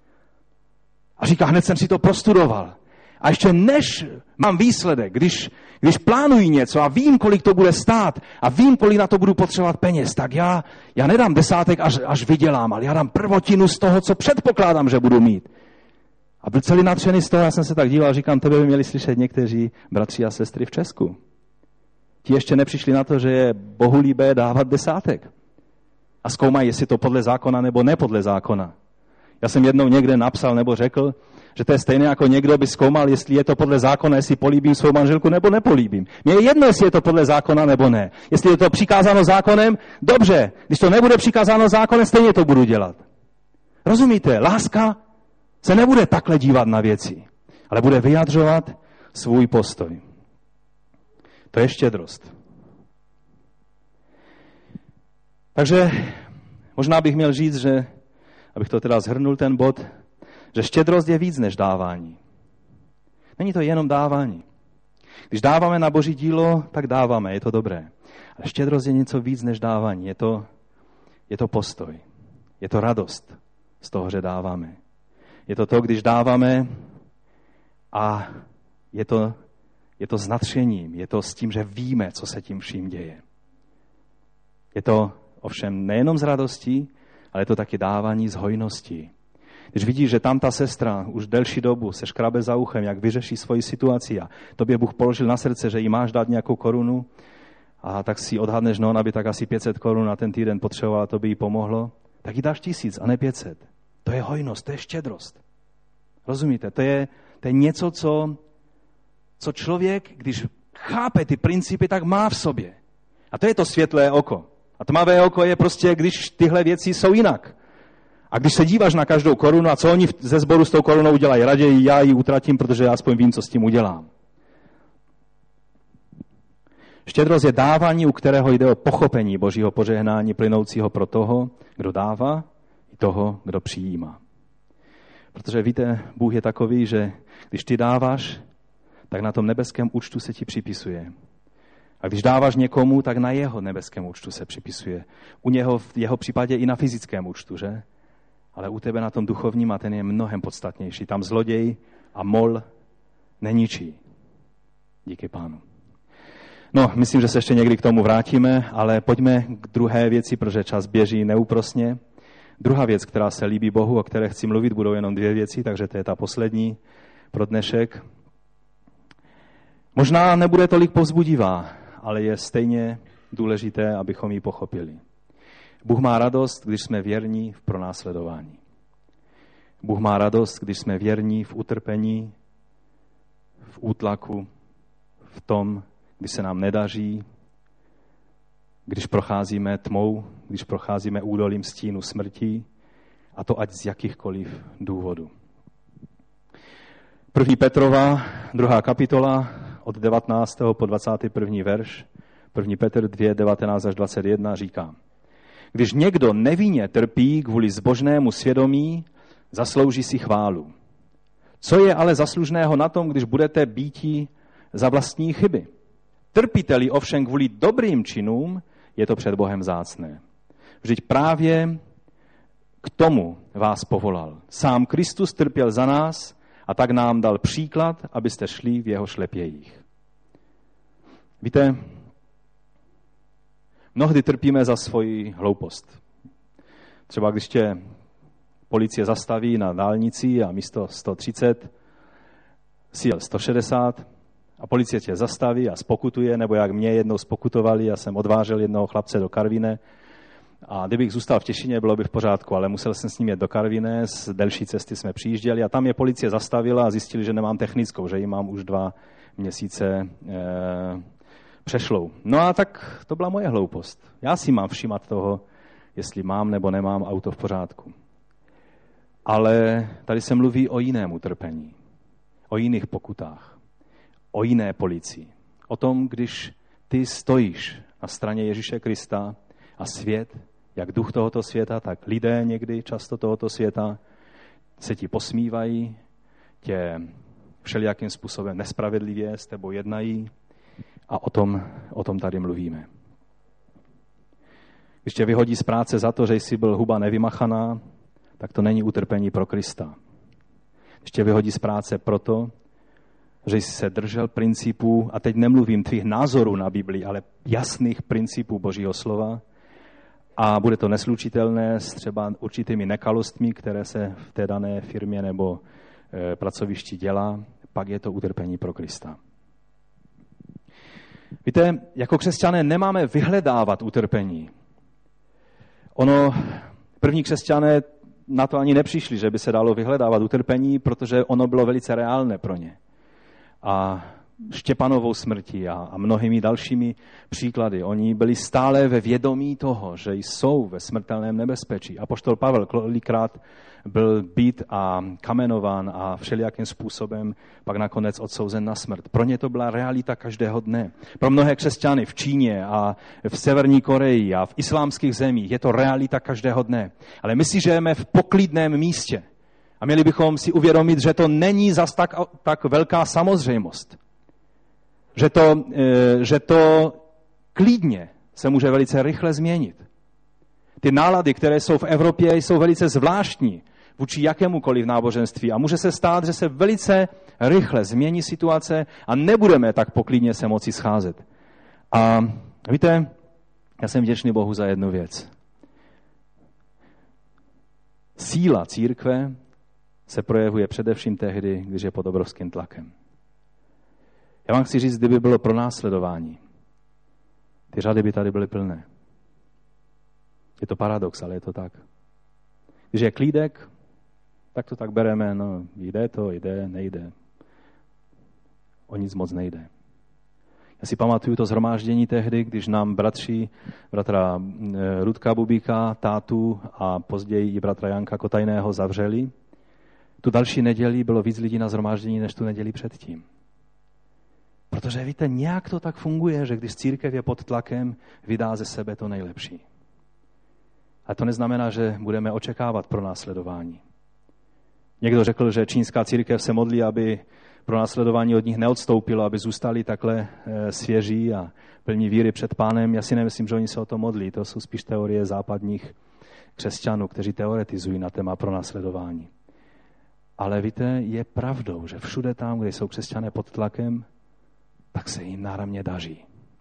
A říká, hned jsem si to prostudoval. A ještě než mám výsledek, když, když plánuji něco a vím, kolik to bude stát a vím, kolik na to budu potřebovat peněz, tak já, já nedám desátek, až, až vydělám, ale já dám prvotinu z toho, co předpokládám, že budu mít. A byl celý nadšený z toho, já jsem se tak díval a říkám, tebe by měli slyšet někteří bratři a sestry v Česku. Ti ještě nepřišli na to, že je bohulíbé dávat desátek. A zkoumají, jestli to podle zákona nebo ne podle zákona. Já jsem jednou někde napsal nebo řekl, že to je stejné jako někdo by zkoumal, jestli je to podle zákona, jestli políbím svou manželku nebo nepolíbím. Mně je jedno, jestli je to podle zákona nebo ne. Jestli je to přikázáno zákonem, dobře. Když to nebude přikázáno zákonem, stejně to budu dělat. Rozumíte? Láska se nebude takhle dívat na věci, ale bude vyjadřovat svůj postoj. To je štědrost. Takže možná bych měl říct, že, abych to teda shrnul ten bod, že štědrost je víc než dávání. Není to jenom dávání. Když dáváme na boží dílo, tak dáváme, je to dobré. Ale štědrost je něco víc než dávání. Je to, je to postoj. Je to radost z toho, že dáváme. Je to to, když dáváme a je to, je to s nadšením. Je to s tím, že víme, co se tím vším děje. Je to ovšem nejenom z radostí, ale je to taky dávání z hojností. Když vidíš, že tam ta sestra už delší dobu se škrabe za uchem, jak vyřeší svoji situaci a tobě Bůh položil na srdce, že jí máš dát nějakou korunu a tak si odhadneš, no ona by tak asi pět set korun na ten týden potřebovala, to by jí pomohlo, tak jí dáš tisíc a ne pět set. To je hojnost, to je štědrost. Rozumíte? To je, to je něco, co, co člověk, když chápe ty principy, tak má v sobě. A to je to světlé oko. A tmavé oko je prostě, když tyhle věci jsou jinak. A když se díváš na každou korunu a co oni ze sboru s tou korunou udělají, raději já ji utratím, protože já aspoň vím, co s tím udělám. Štědrost je dávání, u kterého jde o pochopení Božího požehnání plynoucího pro toho, kdo dává, i toho, kdo přijímá. Protože víte, Bůh je takový, že když ty dáváš, tak na tom nebeském účtu se ti připisuje. A když dáváš někomu, tak na jeho nebeském účtu se připisuje. U něho v jeho případě i na fyzickém účtu, že? Ale u tebe na tom duchovním a ten je mnohem podstatnější. Tam zloděj a mol neničí. Díky Pánu. No, myslím, že se ještě někdy k tomu vrátíme, ale pojďme k druhé věci, protože čas běží neúprosně. Druhá věc, která se líbí Bohu, o které chci mluvit, budou jenom dvě věci, takže to je ta poslední pro dnešek. Možná nebude tolik povzbudivá, ale je stejně důležité, abychom ji pochopili. Bůh má radost, když jsme věrní v pronásledování. Bůh má radost, když jsme věrní v utrpení, v útlaku, v tom, když se nám nedaří, když procházíme tmou, když procházíme údolím stínu smrti, a to ať z jakýchkoliv důvodů. První Petrova, druhá kapitola, od devatenáctého po dvacátý první verš, první Petr dva, devatenáct až dvacet jedna říká: Když někdo nevinně trpí kvůli zbožnému svědomí, zaslouží si chválu. Co je ale zaslužného na tom, když budete býti za vlastní chyby? Trpíte-li ovšem kvůli dobrým činům, je to před Bohem vzácné. Vždyť právě k tomu vás povolal. Sám Kristus trpěl za nás a tak nám dal příklad, abyste šli v jeho šlepějích. Víte, mnohdy trpíme za svoji hloupost. Třeba když tě policie zastaví na dálnici a místo sto třicet si jel sto šedesát a policie tě zastaví a spokutuje, nebo jak mě jednou spokutovali, já jsem odvážel jednoho chlapce do Karviné a kdybych zůstal v Těšíně, bylo by v pořádku, ale musel jsem s ním jet do Karviné, z delší cesty jsme přijížděli a tam je policie zastavila a zjistili, že nemám technickou, že ji mám už dva měsíce e, přešlou. No a tak to byla moje hloupost. Já si mám všímat toho, jestli mám nebo nemám auto v pořádku. Ale tady se mluví o jiném utrpení, o jiných pokutách, o jiné policii. O tom, když ty stojíš na straně Ježíše Krista a svět, jak duch tohoto světa, tak lidé někdy často tohoto světa se ti posmívají, tě všelijakým způsobem nespravedlivě s tebou jednají a o tom, o tom tady mluvíme. Když tě vyhodí z práce za to, že jsi byl huba nevymachaná, tak to není utrpení pro Krista. Když tě vyhodí z práce proto, že jsi se držel principů, a teď nemluvím tvých názorů na Biblii, ale jasných principů Božího slova, a bude to neslučitelné s třeba určitými nekalostmi, které se v té dané firmě nebo e, pracovišti dělá, pak je to utrpení pro Krista. Víte, jako křesťané nemáme vyhledávat utrpení. Ono, první křesťané na to ani nepřišli, že by se dalo vyhledávat utrpení, protože ono bylo velice reálné pro ně. A Štěpanovou smrti a, a mnohými dalšími příklady. Oni byli stále ve vědomí toho, že jsou ve smrtelném nebezpečí. Apoštol Pavel kolikrát byl být a kamenován a všelijakým způsobem pak nakonec odsouzen na smrt. Pro ně to byla realita každého dne. Pro mnohé křesťany v Číně a v Severní Koreji a v islámských zemích je to realita každého dne. Ale my si žijeme v poklidném místě. A měli bychom si uvědomit, že to není zas tak, tak velká samozřejmost. Že to, že to klidně se může velice rychle změnit. Ty nálady, které jsou v Evropě, jsou velice zvláštní vůči jakémukoliv náboženství a může se stát, že se velice rychle změní situace a nebudeme tak poklidně se moci scházet. A víte, já jsem vděčný Bohu za jednu věc. Síla církve se projevuje především tehdy, když je pod obrovským tlakem. Já vám chci říct, kdyby bylo pronásledování, ty řady by tady byly plné. Je to paradox, ale je to tak. Když je klídek, tak to tak bereme, no jde to, jde, nejde. O nic moc nejde. Já Já si pamatuju to shromáždění tehdy, když nám bratři, bratra Rudka Bubíka, tátu a později i bratra Janka Kotajného zavřeli. Tu další neděli bylo víc lidí na shromáždění, než tu neděli předtím. Protože víte, nějak to tak funguje, že když církev je pod tlakem, vydá ze sebe to nejlepší. Ale to neznamená, že budeme očekávat pronásledování. Někdo řekl, že čínská církev se modlí, aby pronásledování od nich neodstoupilo, aby zůstali takhle svěží a plní víry před Pánem. Já si nemyslím, že oni se o to modlí. To jsou spíš teorie západních křesťanů, kteří teoretizují na téma pronásledování. Ale víte, je pravdou, že všude tam, kde jsou křesťané pod tlakem, tak se jim náramně daří.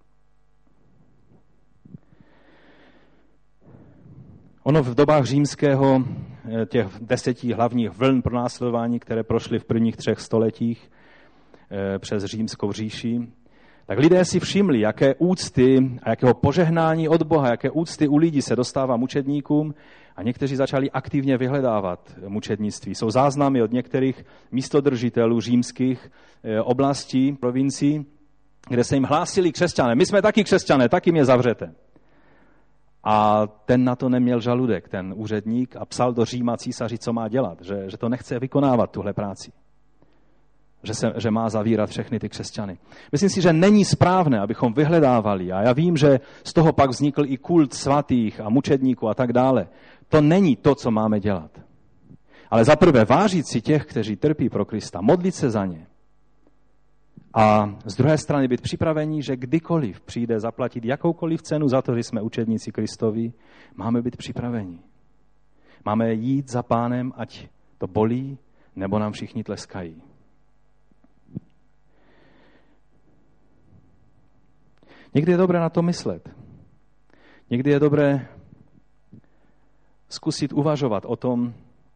Ono v dobách římského, těch deseti hlavních vln pronásledování, které prošly v prvních třech stoletích přes římskou říši, tak lidé si všimli, jaké úcty a jakého požehnání od Boha, jaké úcty u lidí se dostává mučedníkům a někteří začali aktivně vyhledávat mučednictví. Jsou záznamy od některých místodržitelů římských oblastí, provincií, kde se jim hlásili křesťané. My jsme taky křesťané, taky mě zavřete. A ten na to neměl žaludek, ten úředník, a psal do Říma císaři, co má dělat, že, že to nechce vykonávat, tuhle práci. Že, se, že má zavírat všechny ty křesťany. Myslím si, že není správné, abychom vyhledávali. A já vím, že z toho pak vznikl i kult svatých a mučedníků a tak dále. To není to, co máme dělat. Ale zaprvé vážit si těch, kteří trpí pro Krista, modlit se za ně. A z druhé strany být připraveni, že kdykoliv přijde zaplatit jakoukoliv cenu za to, že jsme učedníci Kristovi, máme být připraveni. Máme jít za Pánem, ať to bolí, nebo nám všichni tleskají. Někdy je dobré na to myslet. Někdy je dobré zkusit uvažovat o tom,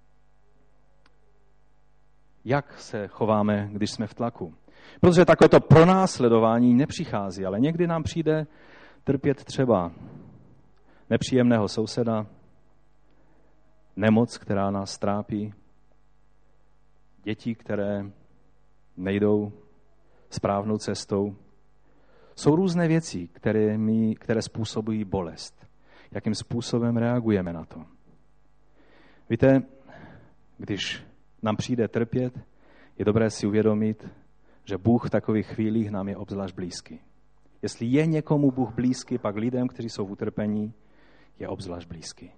jak se chováme, když jsme v tlaku. Protože takovéto pronásledování nepřichází, ale někdy nám přijde trpět třeba nepříjemného souseda, nemoc, která nás trápí, děti, které nejdou správnou cestou. Jsou různé věci, které, mi, které způsobují bolest. Jakým způsobem reagujeme na to? Víte, když nám přijde trpět, je dobré si uvědomit, že Bůh v takových chvílích nám je obzvlášť blízký. Jestli je někomu Bůh blízký, pak lidem, kteří jsou v utrpení, je obzvlášť blízký.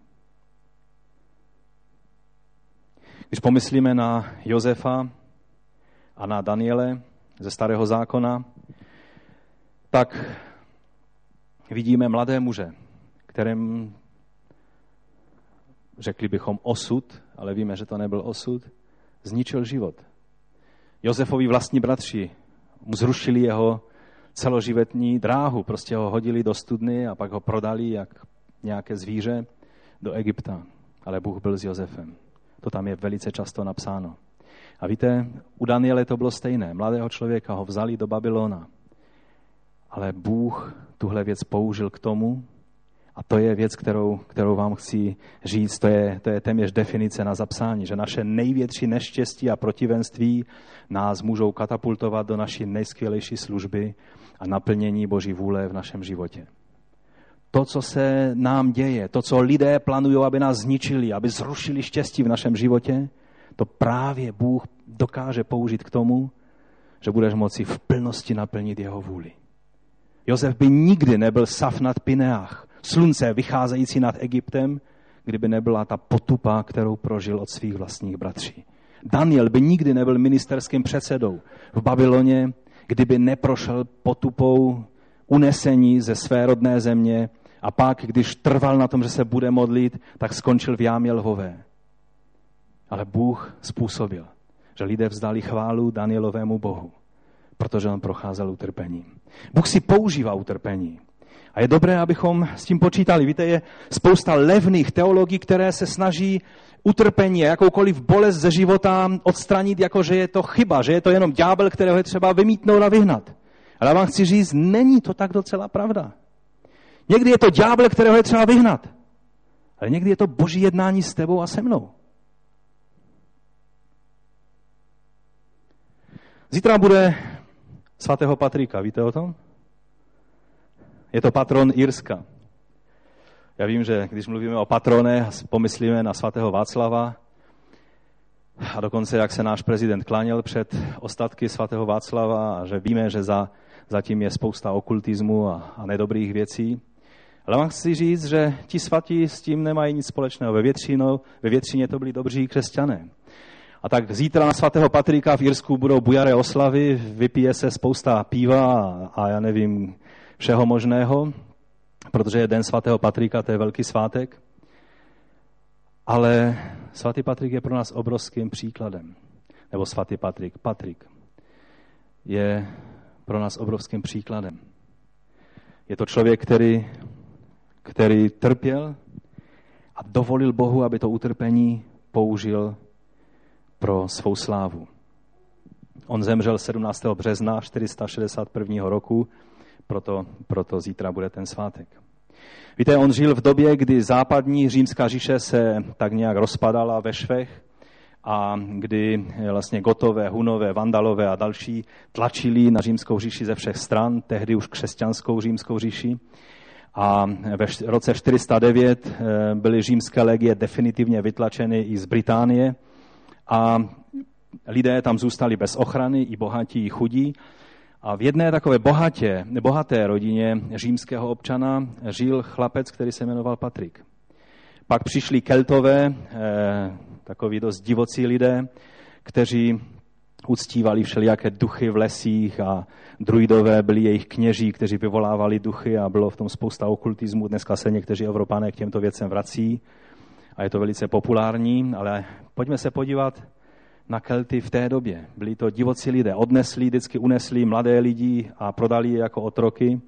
Když pomyslíme na Josefa a na Daniele ze Starého zákona, tak vidíme mladé muže, kterým řekli bychom osud, ale víme, že to nebyl osud, zničil život. Josefovi vlastní bratři mu zrušili jeho celoživotní dráhu, prostě ho hodili do studny a pak ho prodali jak nějaké zvíře do Egypta. Ale Bůh byl s Josefem. To tam je velice často napsáno. A víte, u Daniele to bylo stejné. Mladého člověka ho vzali do Babylona. Ale Bůh tuhle věc použil k tomu, a to je věc, kterou, kterou vám chci říct, to je, to je téměř definice na zapsání, že naše největší neštěstí a protivenství nás můžou katapultovat do naší nejskvělejší služby a naplnění Boží vůle v našem životě. To, co se nám děje, to, co lidé plánují, aby nás zničili, aby zrušili štěstí v našem životě, to právě Bůh dokáže použít k tomu, že budeš moci v plnosti naplnit jeho vůli. Josef by nikdy nebyl Saf nad Pineach, slunce vycházející nad Egyptem, kdyby nebyla ta potupa, kterou prožil od svých vlastních bratří. Daniel by nikdy nebyl ministerským předsedou v Babyloně, kdyby neprošel potupou unesení ze své rodné země a pak, když trval na tom, že se bude modlit, tak skončil v jámě lvové. Ale Bůh způsobil, že lidé vzdali chválu Danielovému Bohu, protože on procházel utrpením. Bůh si používá utrpení. A je dobré, abychom s tím počítali. Víte, je spousta levných teologií, které se snaží utrpení a jakoukoliv bolest ze života odstranit, jako že je to chyba, že je to jenom ďábel, kterého je třeba vymítnout a vyhnat. Ale já vám chci říct, není to tak docela pravda. Někdy je to ďábel, kterého je třeba vyhnat. Ale někdy je to Boží jednání s tebou a se mnou. Zítra bude svatého Patrika, víte o tom? Je to patron Irska. Já vím, že když mluvíme o patronech, pomyslíme na svatého Václava a dokonce, jak se náš prezident klaněl před ostatky svatého Václava a že víme, že za, zatím je spousta okultismu a, a nedobrých věcí. Ale vám chci říct, že ti svatí s tím nemají nic společného. Ve, většinu, ve většině to byli dobří křesťané. A tak zítra na svatého Patrika v Irsku budou bujaré oslavy, vypije se spousta piva a, a já nevím, všeho možného, protože je den svatého Patrika, to je velký svátek. Ale svatý Patrik je pro nás obrovským příkladem. Nebo svatý Patrik, Patrik je pro nás obrovským příkladem. Je to člověk, který, který trpěl a dovolil Bohu, aby to utrpení použil pro svou slávu. On zemřel sedmnáctého března čtyři sta šedesát prvního roku, proto, proto zítra bude ten svátek. Víte, on žil v době, kdy západní římská říše se tak nějak rozpadala ve švech a kdy vlastně Gotové, Hunové, Vandalové a další tlačili na římskou říši ze všech stran, tehdy už křesťanskou římskou říši. A ve roce čtyři sta devět byly římské legie definitivně vytlačeny i z Británie a lidé tam zůstali bez ochrany, i bohatí, i chudí. A v jedné takové bohatě, bohaté rodině římského občana žil chlapec, který se jmenoval Patrik. Pak přišli Keltové, eh, takoví dost divocí lidé, kteří uctívali všelijaké duchy v lesích a druidové byli jejich kněží, kteří vyvolávali duchy a bylo v tom spousta okultismu. Dneska se někteří Evropané k těmto věcem vrací a je to velice populární, ale pojďme se podívat na Kelty v té době. Byli to divocí lidé, odnesli, vždycky unesli mladé lidi a prodali je jako otroky.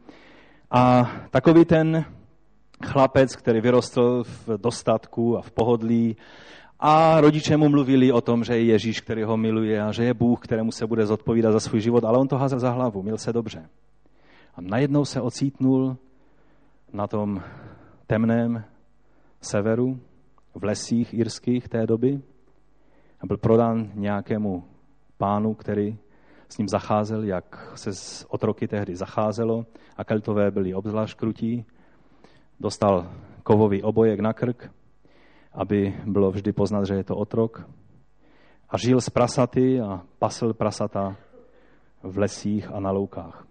A takový ten chlapec, který vyrostl v dostatku a v pohodlí a rodiče mu mluvili o tom, že je Ježíš, který ho miluje a že je Bůh, kterému se bude zodpovídat za svůj život, ale on to házel za hlavu, měl se dobře. A najednou se ocítnul na tom temném severu, v lesích irských té doby, a byl prodán nějakému pánu, který s ním zacházel, jak se s otroky tehdy zacházelo, a Keltové byli obzvlášť krutí. Dostal kovový obojek na krk, aby bylo vždy poznat, že je to otrok. A žil s prasaty a pasl prasata v lesích a na loukách.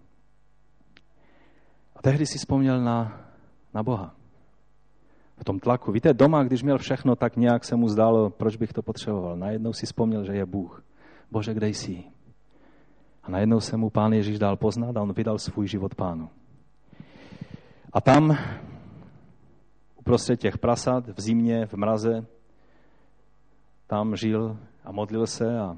A tehdy si vzpomněl na, na Boha. V tom tlaku. Víte, doma, když měl všechno, tak nějak se mu zdálo, proč bych to potřeboval. Najednou si vzpomněl, že je Bůh. Bože, kde jsi? A najednou se mu Pán Ježíš dal poznat a on vydal svůj život Pánu. A tam, uprostřed těch prasat, v zimě, v mraze, tam žil a modlil se a,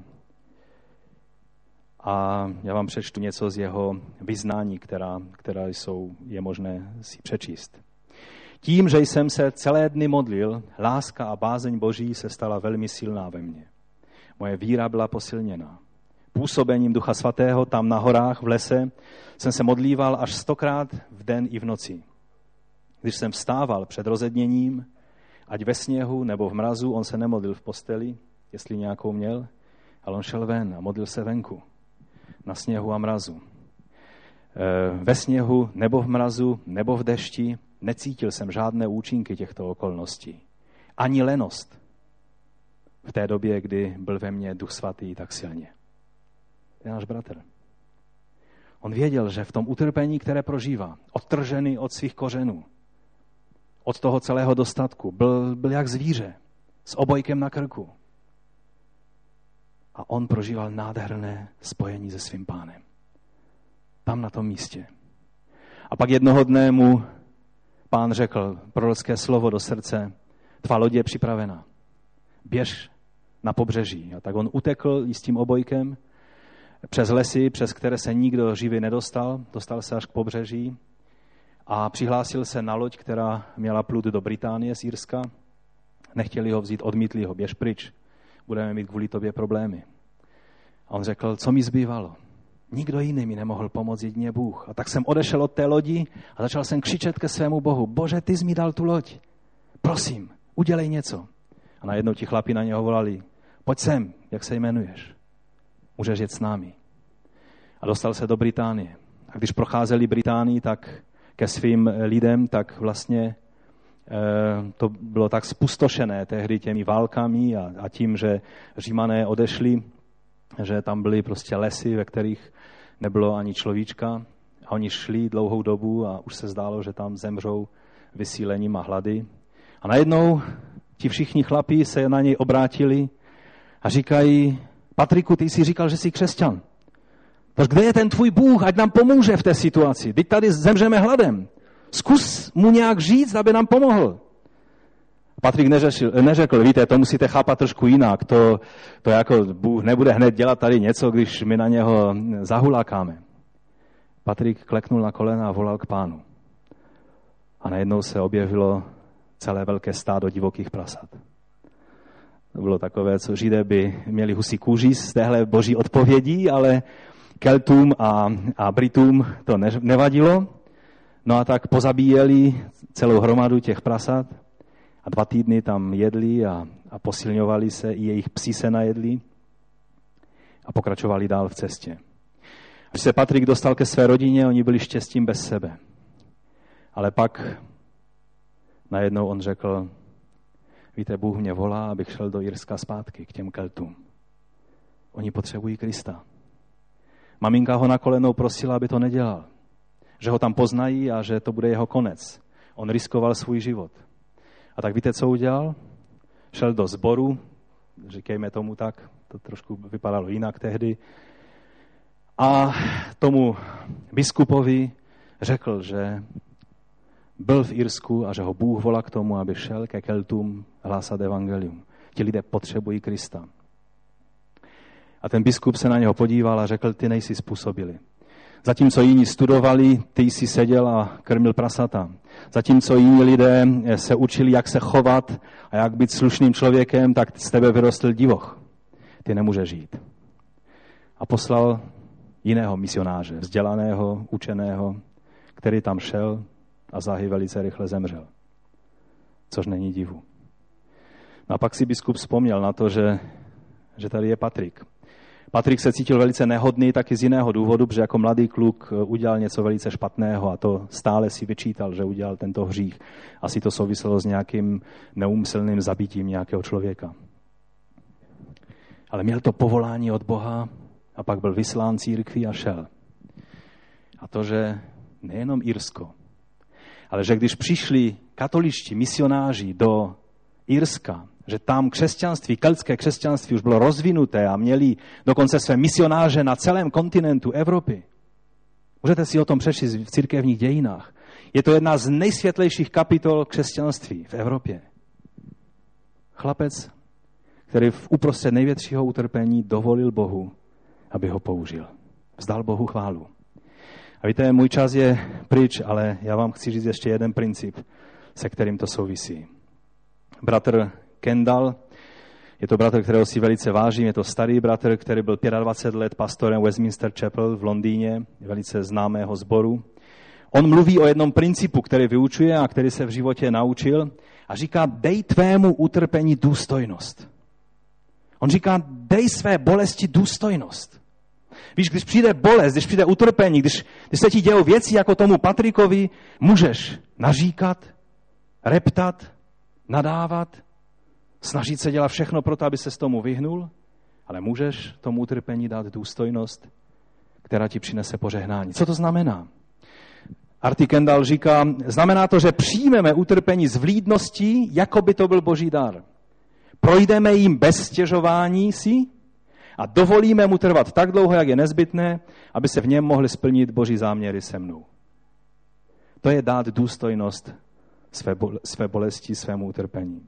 a já vám přečtu něco z jeho vyznání, která, která jsou, je možné si přečíst. Tím, že jsem se celé dny modlil, láska a bázeň Boží se stala velmi silná ve mně. Moje víra byla posilněná. Působením Ducha Svatého tam na horách v lese jsem se modlíval až stokrát v den i v noci. Když jsem vstával před rozedněním, ať ve sněhu nebo v mrazu, on se nemodlil v posteli, jestli nějakou měl, ale on šel ven a modlil se venku, na sněhu a mrazu. Ve sněhu nebo v mrazu nebo v dešti necítil jsem žádné účinky těchto okolností. Ani lenost v té době, kdy byl ve mně Duch Svatý tak silně. To je náš bratr. On věděl, že v tom utrpení, které prožívá, odtržený od svých kořenů, od toho celého dostatku, byl, byl jak zvíře, s obojkem na krku. A on prožíval nádherné spojení se svým Pánem. Tam na tom místě. A pak jednoho dne mu Pán řekl prorocké slovo do srdce, tvá loď je připravena, běž na pobřeží. A tak on utekl i s tím obojkem přes lesy, přes které se nikdo živý nedostal, dostal se až k pobřeží a přihlásil se na loď, která měla plut do Británie z Irska. Nechtěli ho vzít, odmítli ho, běž pryč, budeme mít kvůli tobě problémy. A on řekl, co mi zbývalo? Nikdo jiný mi nemohl pomoct, jedině Bůh. A tak jsem odešel od té lodi a začal jsem křičet ke svému Bohu. Bože, ty jsi mi dal tu loď. Prosím, udělej něco. A najednou ti chlapi na něho volali. Pojď sem, jak se jmenuješ? Můžeš jet s námi. A dostal se do Británie. A když procházeli Británii, tak ke svým lidem, tak vlastně to bylo tak spustošené tehdy těmi válkami a, a tím, že Římané odešli, že tam byly prostě lesy, ve kterých nebylo ani človíčka a oni šli dlouhou dobu a už se zdálo, že tam zemřou vysílením a hlady. A najednou ti všichni chlapí se na něj obrátili a říkají: Patriku, ty jsi říkal, že jsi křesťan. Tak kde je ten tvůj Bůh, ať nám pomůže v té situaci? Teď tady zemřeme hladem. Zkus mu nějak říct, aby nám pomohl. Patrik neřešil, neřekl, víte, to musíte chápat trošku jinak. To, to jako Bůh nebude hned dělat tady něco, když my na něho zahulákáme. Patrik kleknul na kolena a volal k Pánu. A najednou se objevilo celé velké stádo divokých prasat. To bylo takové, co Židé by měli husí kůži z téhle boží odpovědí, ale Keltům a, a Britům to ne, nevadilo. No a tak pozabíjeli celou hromadu těch prasat a dva týdny tam jedli a, a posilňovali se, i jejich psi se najedli a pokračovali dál v cestě. Když se Patrik dostal ke své rodině, oni byli štěstím bez sebe. Ale pak najednou on řekl: víte, Bůh mě volá, abych šel do Irska zpátky k těm Keltům. Oni potřebují Krista. Maminka ho na kolenou prosila, aby to nedělal. Že ho tam poznají a že to bude jeho konec. On riskoval svůj život. A tak víte, co udělal? Šel do sboru, říkejme tomu tak, to trošku vypadalo jinak tehdy, a tomu biskupovi řekl, že byl v Irsku a že ho Bůh volá k tomu, aby šel ke Keltům hlásat evangelium. Ti lidé potřebují Krista. A ten biskup se na něho podíval a řekl: ty nejsi způsobili. Zatímco jiní studovali, ty jsi seděl a krmil prasata. Zatímco jiní lidé se učili, jak se chovat a jak být slušným člověkem, tak z tebe vyrostl divoch. Ty nemůžeš žít. A poslal jiného misionáře, vzdělaného, učeného, který tam šel a záhy velice rychle zemřel. Což není divu. No a pak si biskup vzpomněl na to, že, že tady je Patrik. Patrik se cítil velice nehodný taky z jiného důvodu, protože jako mladý kluk udělal něco velice špatného a to stále si vyčítal, že udělal tento hřích. Asi to souviselo s nějakým neúmyslným zabitím nějakého člověka. Ale měl to povolání od Boha a pak byl vyslán církví a šel. A to, že nejenom Irsko, ale že když přišli katoličtí misionáři do Irska, že tam křesťanství, keltské křesťanství už bylo rozvinuté a měli dokonce své misionáře na celém kontinentu Evropy. Můžete si o tom přečíst v církevních dějinách. Je to jedna z nejsvětlejších kapitol křesťanství v Evropě. Chlapec, který v uprostřed největšího utrpení dovolil Bohu, aby ho použil. Vzdal Bohu chválu. A víte, můj čas je pryč, ale já vám chci říct ještě jeden princip, se kterým to souvisí. Bratr Kendall, je to bratr, kterého si velice vážím, je to starý bratr, který byl dvacet pět let pastorem Westminster Chapel v Londýně, velice známého sboru. On mluví o jednom principu, který vyučuje a který se v životě naučil a říká: dej tvému utrpení důstojnost. On říká: dej své bolesti důstojnost. Víš, když přijde bolest, když přijde utrpení, když, když se ti dějou věci jako tomu Patrikovi, můžeš naříkat, reptat, nadávat, snažit se dělat všechno pro to, aby se z tomu vyhnul, ale můžeš tomu utrpení dát důstojnost, která ti přinese požehnání. Co to znamená? Artie Kendall říká, znamená to, že přijmeme utrpení s vlídností, jako by to byl boží dar. Projdeme jim bez stěžování si a dovolíme mu trvat tak dlouho, jak je nezbytné, aby se v něm mohly splnit boží záměry se mnou. To je dát důstojnost své, bol- své bolesti, svému utrpení.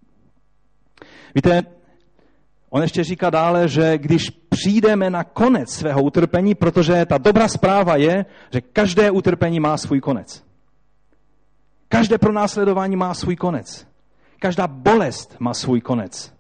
Víte, on ještě říká dále, že když přijdeme na konec svého utrpení, protože ta dobrá zpráva je, že každé utrpení má svůj konec. Každé pronásledování má svůj konec. Každá bolest má svůj konec.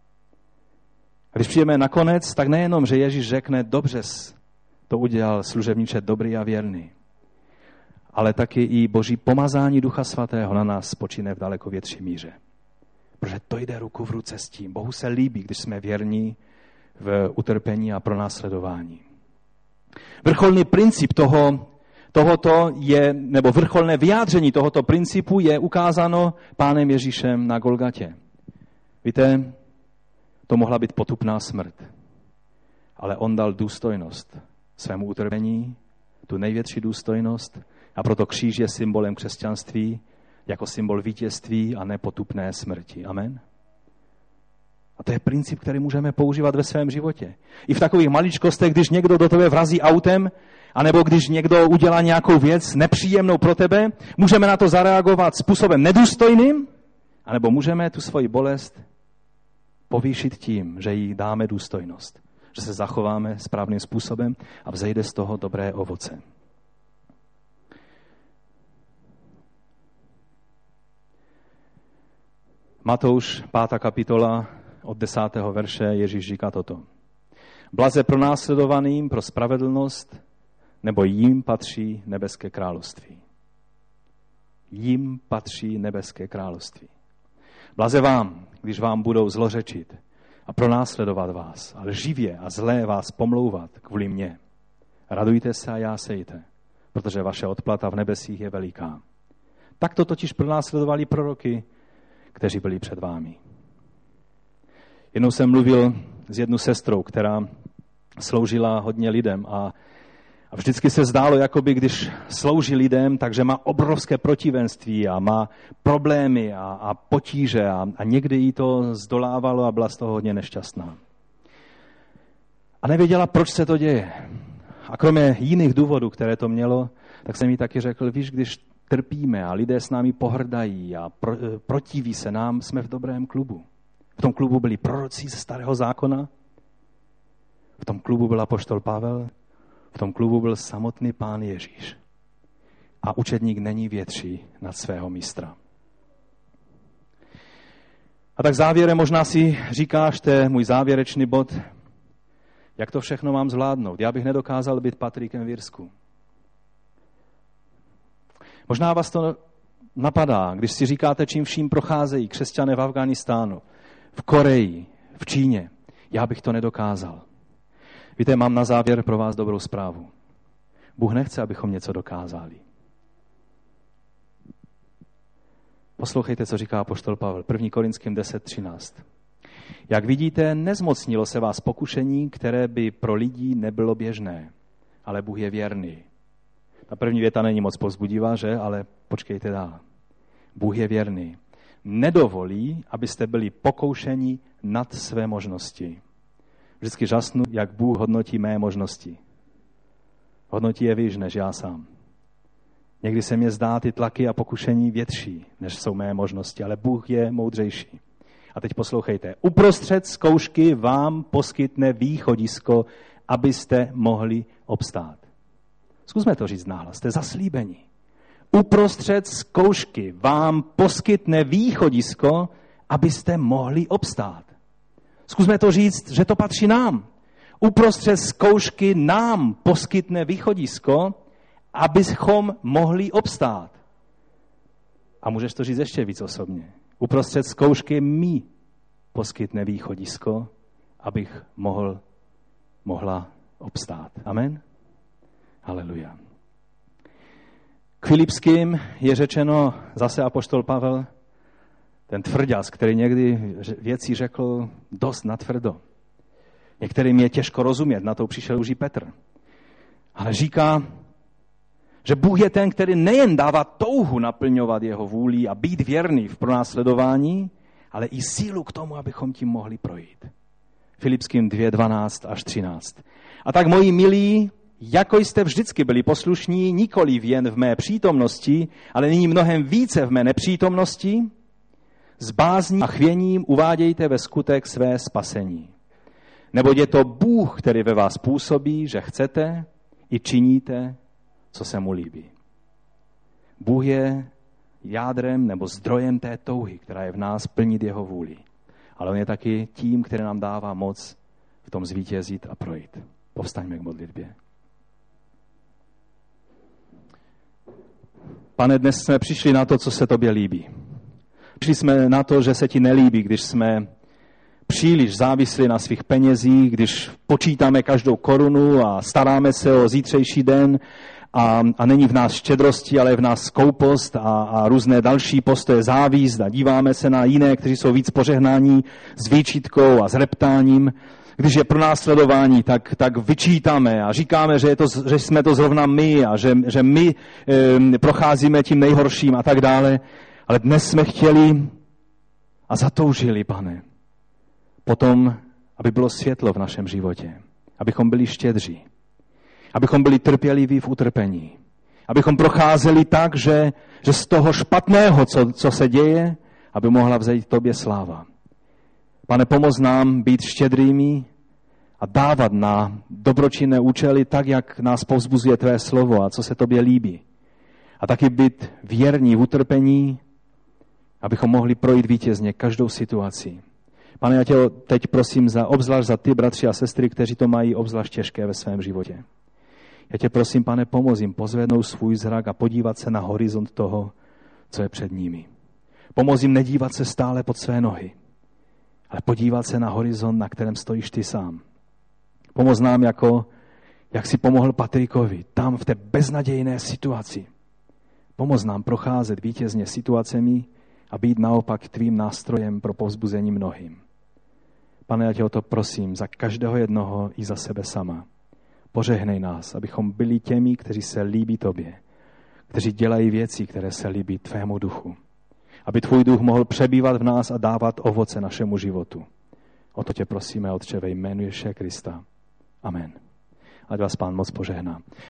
A když přijdeme na konec, tak nejenom, že Ježíš řekne, dobře to udělal služebníče dobrý a věrný, ale taky i boží pomazání Ducha Svatého na nás spočíne v daleko větší míře. Protože to jde ruku v ruce s tím. Bohu se líbí, když jsme věrní v utrpení a pronásledování. Vrcholný princip toho, tohoto je, nebo vrcholné vyjádření tohoto principu je ukázáno Pánem Ježíšem na Golgatě. Víte, to mohla být potupná smrt, ale on dal důstojnost svému utrpení, tu největší důstojnost, a proto kříž je symbolem křesťanství, jako symbol vítězství a nepotupné smrti. Amen. A to je princip, který můžeme používat ve svém životě. I v takových maličkostech, když někdo do tebe vrazí autem, anebo když někdo udělá nějakou věc nepříjemnou pro tebe, můžeme na to zareagovat způsobem nedůstojným, anebo můžeme tu svoji bolest povýšit tím, že jí dáme důstojnost, že se zachováme správným způsobem a vzejde z toho dobré ovoce. Matouš, pátá kapitola, od desátého verše Ježíš říká toto. Blaze pronásledovaným pro spravedlnost, nebo jim patří nebeské království. Jim patří nebeské království. Blaze vám, když vám budou zlořečit a pronásledovat vás, ale živě a zlé vás pomlouvat kvůli mně. Radujte se a jásejte, protože vaše odplata v nebesích je veliká. Tak to totiž pronásledovali proroky, kteří byli před vámi. Jednou jsem mluvil s jednou sestrou, která sloužila hodně lidem a, a vždycky se zdálo, jakoby když slouží lidem, takže má obrovské protivenství a má problémy a, a potíže a, a někdy jí to zdolávalo a byla z toho hodně nešťastná. A nevěděla, proč se to děje. A kromě jiných důvodů, které to mělo, tak jsem jí taky řekl, víš, když trpíme a lidé s námi pohrdají a pro, protiví se nám, jsme v dobrém klubu. V tom klubu byli proroci ze starého zákona, v tom klubu byl apoštol Pavel, v tom klubu byl samotný Pán Ježíš. A učedník není větší nad svého mistra. A tak závěrem možná si říkáš, to je můj závěrečný bod, jak to všechno mám zvládnout. Já bych nedokázal být Patrikem v Irsku. Možná vás to napadá, když si říkáte, čím vším procházejí křesťané v Afghánistánu, v Koreji, v Číně. Já bych to nedokázal. Víte, mám na závěr pro vás dobrou zprávu. Bůh nechce, abychom něco dokázali. Poslouchejte, co říká apoštol Pavel, první Korinským deset třináct. Jak vidíte, nezmocnilo se vás pokušení, které by pro lidi nebylo běžné, ale Bůh je věrný. Ta první věta není moc povzbudivá, že? Ale počkejte dál. Bůh je věrný. Nedovolí, abyste byli pokoušeni nad své možnosti. Vždycky žasnu, jak Bůh hodnotí mé možnosti. Hodnotí je výš, než já sám. Někdy se mně zdá ty tlaky a pokušení větší, než jsou mé možnosti, ale Bůh je moudřejší. A teď poslouchejte. Uprostřed zkoušky vám poskytne východisko, abyste mohli obstát. Zkusme to říct nahlas, jste zaslíbeni. Uprostřed zkoušky vám poskytne východisko, abyste mohli obstát. Zkusme to říct, že to patří nám. Uprostřed zkoušky nám poskytne východisko, abychom mohli obstát. A můžeš to říct ještě víc osobně. Uprostřed zkoušky mi poskytne východisko, abych mohl, mohla obstát. Amen? Haleluja. K Filipským je řečeno zase apoštol Pavel, ten tvrďas, který někdy věcí řekl dost natvrdo. Některým je těžko rozumět, na to přišel už i Petr. Ale říká, že Bůh je ten, který nejen dává touhu naplňovat jeho vůli a být věrný v pronásledování, ale i sílu k tomu, abychom tím mohli projít. Filipským dva dvanáct až třináct. A tak, moji milí, jako jste vždycky byli poslušní, nikoliv jen v mé přítomnosti, ale nyní mnohem více v mé nepřítomnosti, s bázní a chvěním uvádějte ve skutek své spasení. Neboť je to Bůh, který ve vás působí, že chcete i činíte, co se mu líbí. Bůh je jádrem nebo zdrojem té touhy, která je v nás plnit jeho vůli. Ale on je taky tím, který nám dává moc v tom zvítězit a projít. Povstaňme k modlitbě. Pane, dnes jsme přišli na to, co se tobě líbí. Přišli jsme na to, že se ti nelíbí, když jsme příliš závislí na svých penězích, když počítáme každou korunu a staráme se o zítřejší den a, a není v nás štědrosti, ale je v nás skoupost a, a různé další postoje, závíst a díváme se na jiné, kteří jsou víc požehnání s výčitkou a s reptáním. Když je pronásledování, tak, tak vyčítáme a říkáme, že, je to, že jsme to zrovna my a že, že my e, procházíme tím nejhorším a tak dále. Ale dnes jsme chtěli a zatoužili, Pane, potom, aby bylo světlo v našem životě, abychom byli štědří, abychom byli trpěliví v utrpení, abychom procházeli tak, že, že z toho špatného, co, co se děje, aby mohla vzejít tobě sláva. Pane, pomoz nám být štědrými a dávat na dobročinné účely tak, jak nás povzbuzuje tvé slovo a co se tobě líbí. A taky být věrní v utrpení, abychom mohli projít vítězně každou situaci. Pane, já tě teď prosím za obzvlášť za ty bratři a sestry, kteří to mají obzvlášť těžké ve svém životě. Já tě prosím, Pane, pomoz jim pozvednout svůj zrak a podívat se na horizont toho, co je před nimi. Pomoz jim nedívat se stále pod své nohy, ale podívat se na horizont, na kterém stojíš ty sám. Pomoz nám, jako, jak jsi pomohl Patrikovi, tam v té beznadějné situaci. Pomoz nám procházet vítězně situacemi a být naopak tvým nástrojem pro povzbuzení mnohým. Pane, já tě o to prosím za každého jednoho i za sebe sama. Požehnej nás, abychom byli těmi, kteří se líbí tobě, kteří dělají věci, které se líbí tvému duchu. Aby tvůj duch mohl přebývat v nás a dávat ovoce našemu životu. O to tě prosíme, Otče, ve jménu Ježíše Krista. Amen. Ať vás Pán moc požehná.